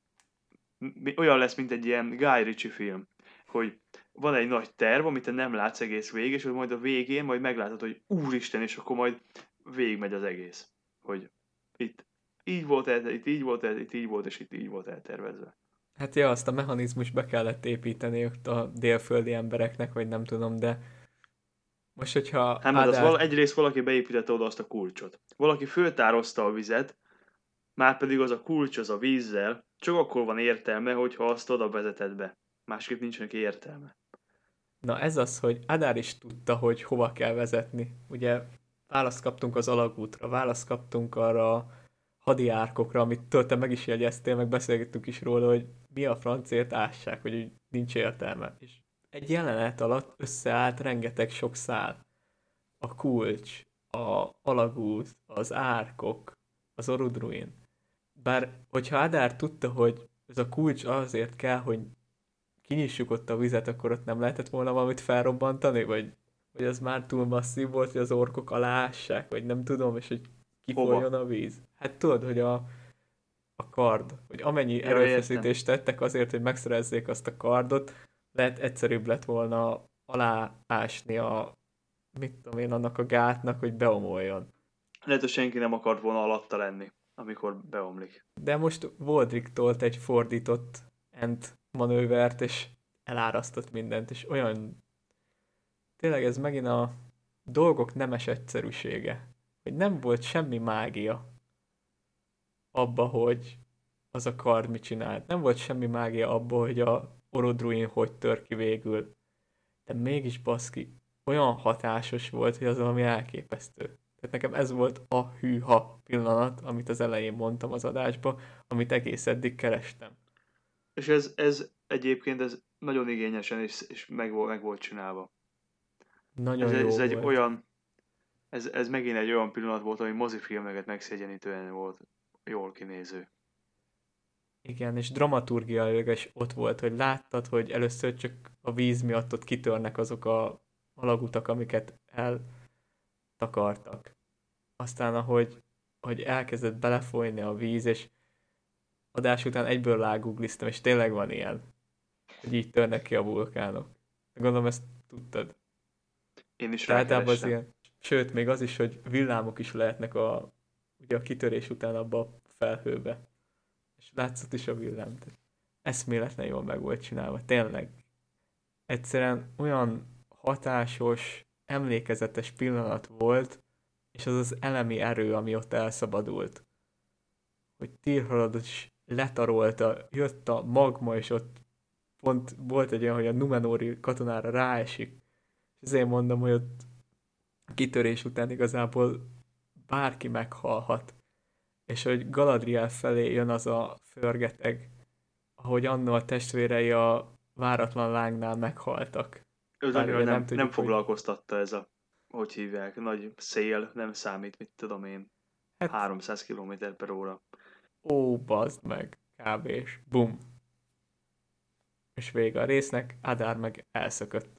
olyan lesz, mint egy ilyen Guy Ritchie film, hogy van egy nagy terv, amit te nem látsz egész végig, és hogy majd a végén majd meglátod, hogy úristen, és akkor majd végigmegy az egész. Hogy itt így volt, itt így volt, itt így volt, és itt így volt eltervezve. Hát ja, azt a mechanizmus be kellett építeni ott a délföldi embereknek, vagy nem tudom, de most, hogyha Hát mert Adár... egyrészt valaki beépítette oda azt a kulcsot. Valaki föltározta a vizet, már pedig az a kulcs az a vízzel, csak akkor van értelme, hogyha azt oda vezeted be. Másképp nincs neki értelme. Na ez az, hogy Adár is tudta, hogy hova kell vezetni. Ugye választ kaptunk az alagútra, választ kaptunk arra a hadi árkokra, amit te meg is jegyeztél, meg beszélgettünk is róla, hogy mi a francért ássák, hogy úgy nincs értelme. És egy jelenet alatt összeállt rengeteg sok szál. A kulcs, a alagút, az árkok, az Orudruin. Bár, hogyha Adár tudta, hogy ez a kulcs azért kell, hogy kinyissuk ott a vizet, akkor ott nem lehetett volna valamit felrobbantani, vagy az már túl masszív volt, hogy az orkok aláássák, vagy nem tudom, és hogy Hova? kifoljon a víz. Hát tudod, hogy a kard, hogy amennyi Ja, értem. erőfeszítést tettek azért, hogy megszerezzék azt a kardot, lehet egyszerűbb lett volna aláásni mit tudom én, annak a gátnak, hogy beomoljon. Lehet, hogy senki nem akart volna alatta lenni, amikor beomlik. De most Voldrik tolt egy fordított end manővert, és elárasztott mindent, és olyan tényleg ez megint a dolgok nemes egyszerűsége. Hogy nem volt semmi mágia abba, hogy az a kard mit csinált. Nem volt semmi mágia abba, hogy a Orodruin hogy tör ki végül. De mégis baszki, olyan hatásos volt, hogy az valami elképesztő. Tehát nekem ez volt a hűha pillanat, amit az elején mondtam az adásba, amit egész eddig kerestem. És ez egyébként ez nagyon igényesen és meg volt csinálva. Ez, Nagyon ez jó egy volt. olyan, ez megint egy olyan pillanat volt, ami mozifilmeket megszégyenítően volt jól kinéző. Igen, és dramaturgiailag is ott volt, hogy láttad, hogy először csak a víz miatt ott kitörnek azok a alagutak, amiket eltakartak. Aztán, hogy elkezdett belefolyni a víz, és adás után egyből rágoogliztam, és tényleg van ilyen, hogy így törnek ki a vulkánok. Gondolom ezt tudtad. Én is De általában az rákerestem. ilyen, sőt, még az is, hogy villámok is lehetnek ugye a kitörés után abba a felhőbe. És látszott is a villám. Eszméletlen jól meg volt csinálva, tényleg. Egyszerűen olyan hatásos, emlékezetes pillanat volt, és az az elemi erő, ami ott elszabadult. Hogy Tirhaladot is letarolta, jött a magma, és ott pont volt egy olyan, hogy a Numenóri katonára ráesik. És ezért mondom, hogy ott a kitörés után igazából bárki meghalhat. És hogy Galadriel felé jön az a förgeteg, ahogy annó a testvérei a váratlan lángnál meghaltak. Őt Bár annyira ugye nem nem tudjuk, hogy foglalkoztatta ez a, hogy hívják, nagy szél, nem számít, mit tudom én, hát 300 km/óra. bazd meg, kb. És bum. És vége a résznek, Adár meg elszökött.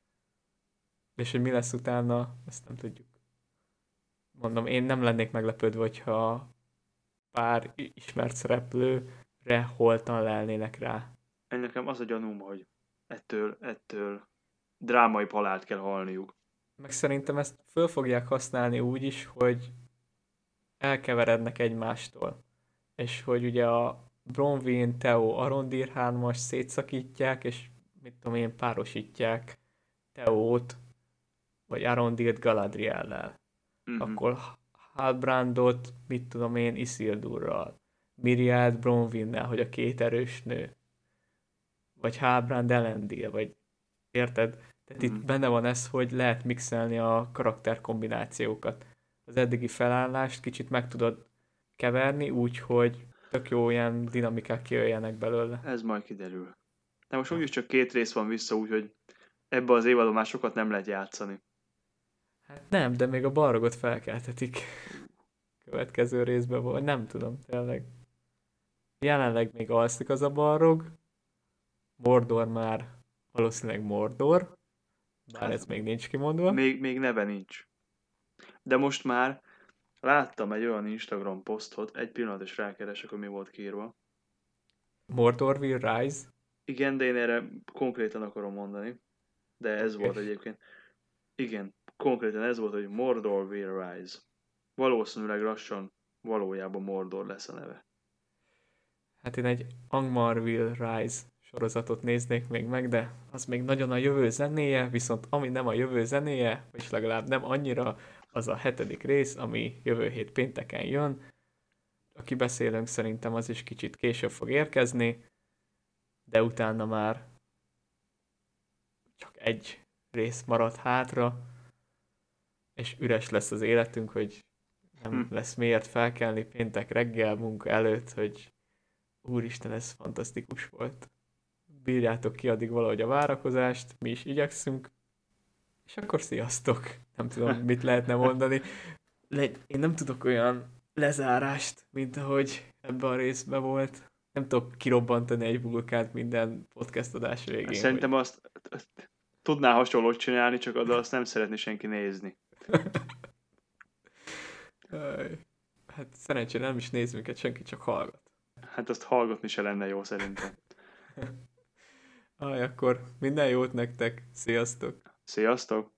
És hogy mi lesz utána, ezt nem tudjuk. Mondom, én nem lennék meglepődve, hogyha pár ismert szereplőre holtan lelnének rá. Én nekem az a gyanúm, hogy ettől drámai halált kell halniuk. Meg szerintem ezt föl fogják használni úgy is, hogy elkeverednek egymástól. És hogy ugye a Bronwyn, Theo, Arondir 3-as szétszakítják, és mit tudom én, párosítják Theót, vagy Arondilt Galadriellel. Akkor Halbrandot, mit tudom én, Isildurral. Mirielt Bronwynnel, hogy a két erős nő. Vagy Halbrand Elendil, vagy érted? Tehát itt benne van ez, hogy lehet mixelni a karakterkombinációkat. Az eddigi felállást kicsit meg tudod keverni, úgyhogy tök jó ilyen dinamikák kijöjjenek belőle. Ez majd kiderül. De most úgyis csak 2 rész van vissza, úgyhogy ebbe az évadban már sokat nem lehet játszani. Hát nem, de még a balrogot felkeltetik. Következő részben, vagy nem tudom, tényleg. Jelenleg még alszik az a balrog. Mordor már valószínűleg Mordor. Bár Hát, ez még nincs kimondva. Még neve nincs. De most már láttam egy olyan Instagram posztot, egy pillanat is rákeresek, hogy mi volt kiírva. Mordor will rise. Igen, de én erre konkrétan akarom mondani. De ez Okay. volt egyébként. Igen, konkrétan ez volt, hogy Mordor will rise. Valószínűleg lassan valójában Mordor lesz a neve. Hát én egy Angmar will rise sorozatot néznék még meg, de az még nagyon a jövő zenéje, viszont ami nem a jövő zenéje, vagy legalább nem annyira, az a 7. rész, ami jövő hét pénteken jön. Aki beszélünk, szerintem az is kicsit később fog érkezni, de utána már csak egy rész marad hátra, és üres lesz az életünk, hogy nem lesz miért felkelni péntek reggel munka előtt, hogy úristen, ez fantasztikus volt. Bírjátok ki addig valahogy a várakozást, mi is igyekszünk, és akkor sziasztok! Nem tudom, mit lehetne mondani. Én nem tudok olyan lezárást, mint ahogy ebben a részben volt. Nem tudok kirobbantani egy vulkánt minden podcast adás végén. Szerintem hogy... azt tudná hasonlót csinálni, csak azt nem szeretné senki nézni. Hát szerencsére nem is néz minket senki, csak hallgat. Hát azt hallgatni se lenne jó szerintem. Akkor minden jót nektek, sziasztok! Sziasztok!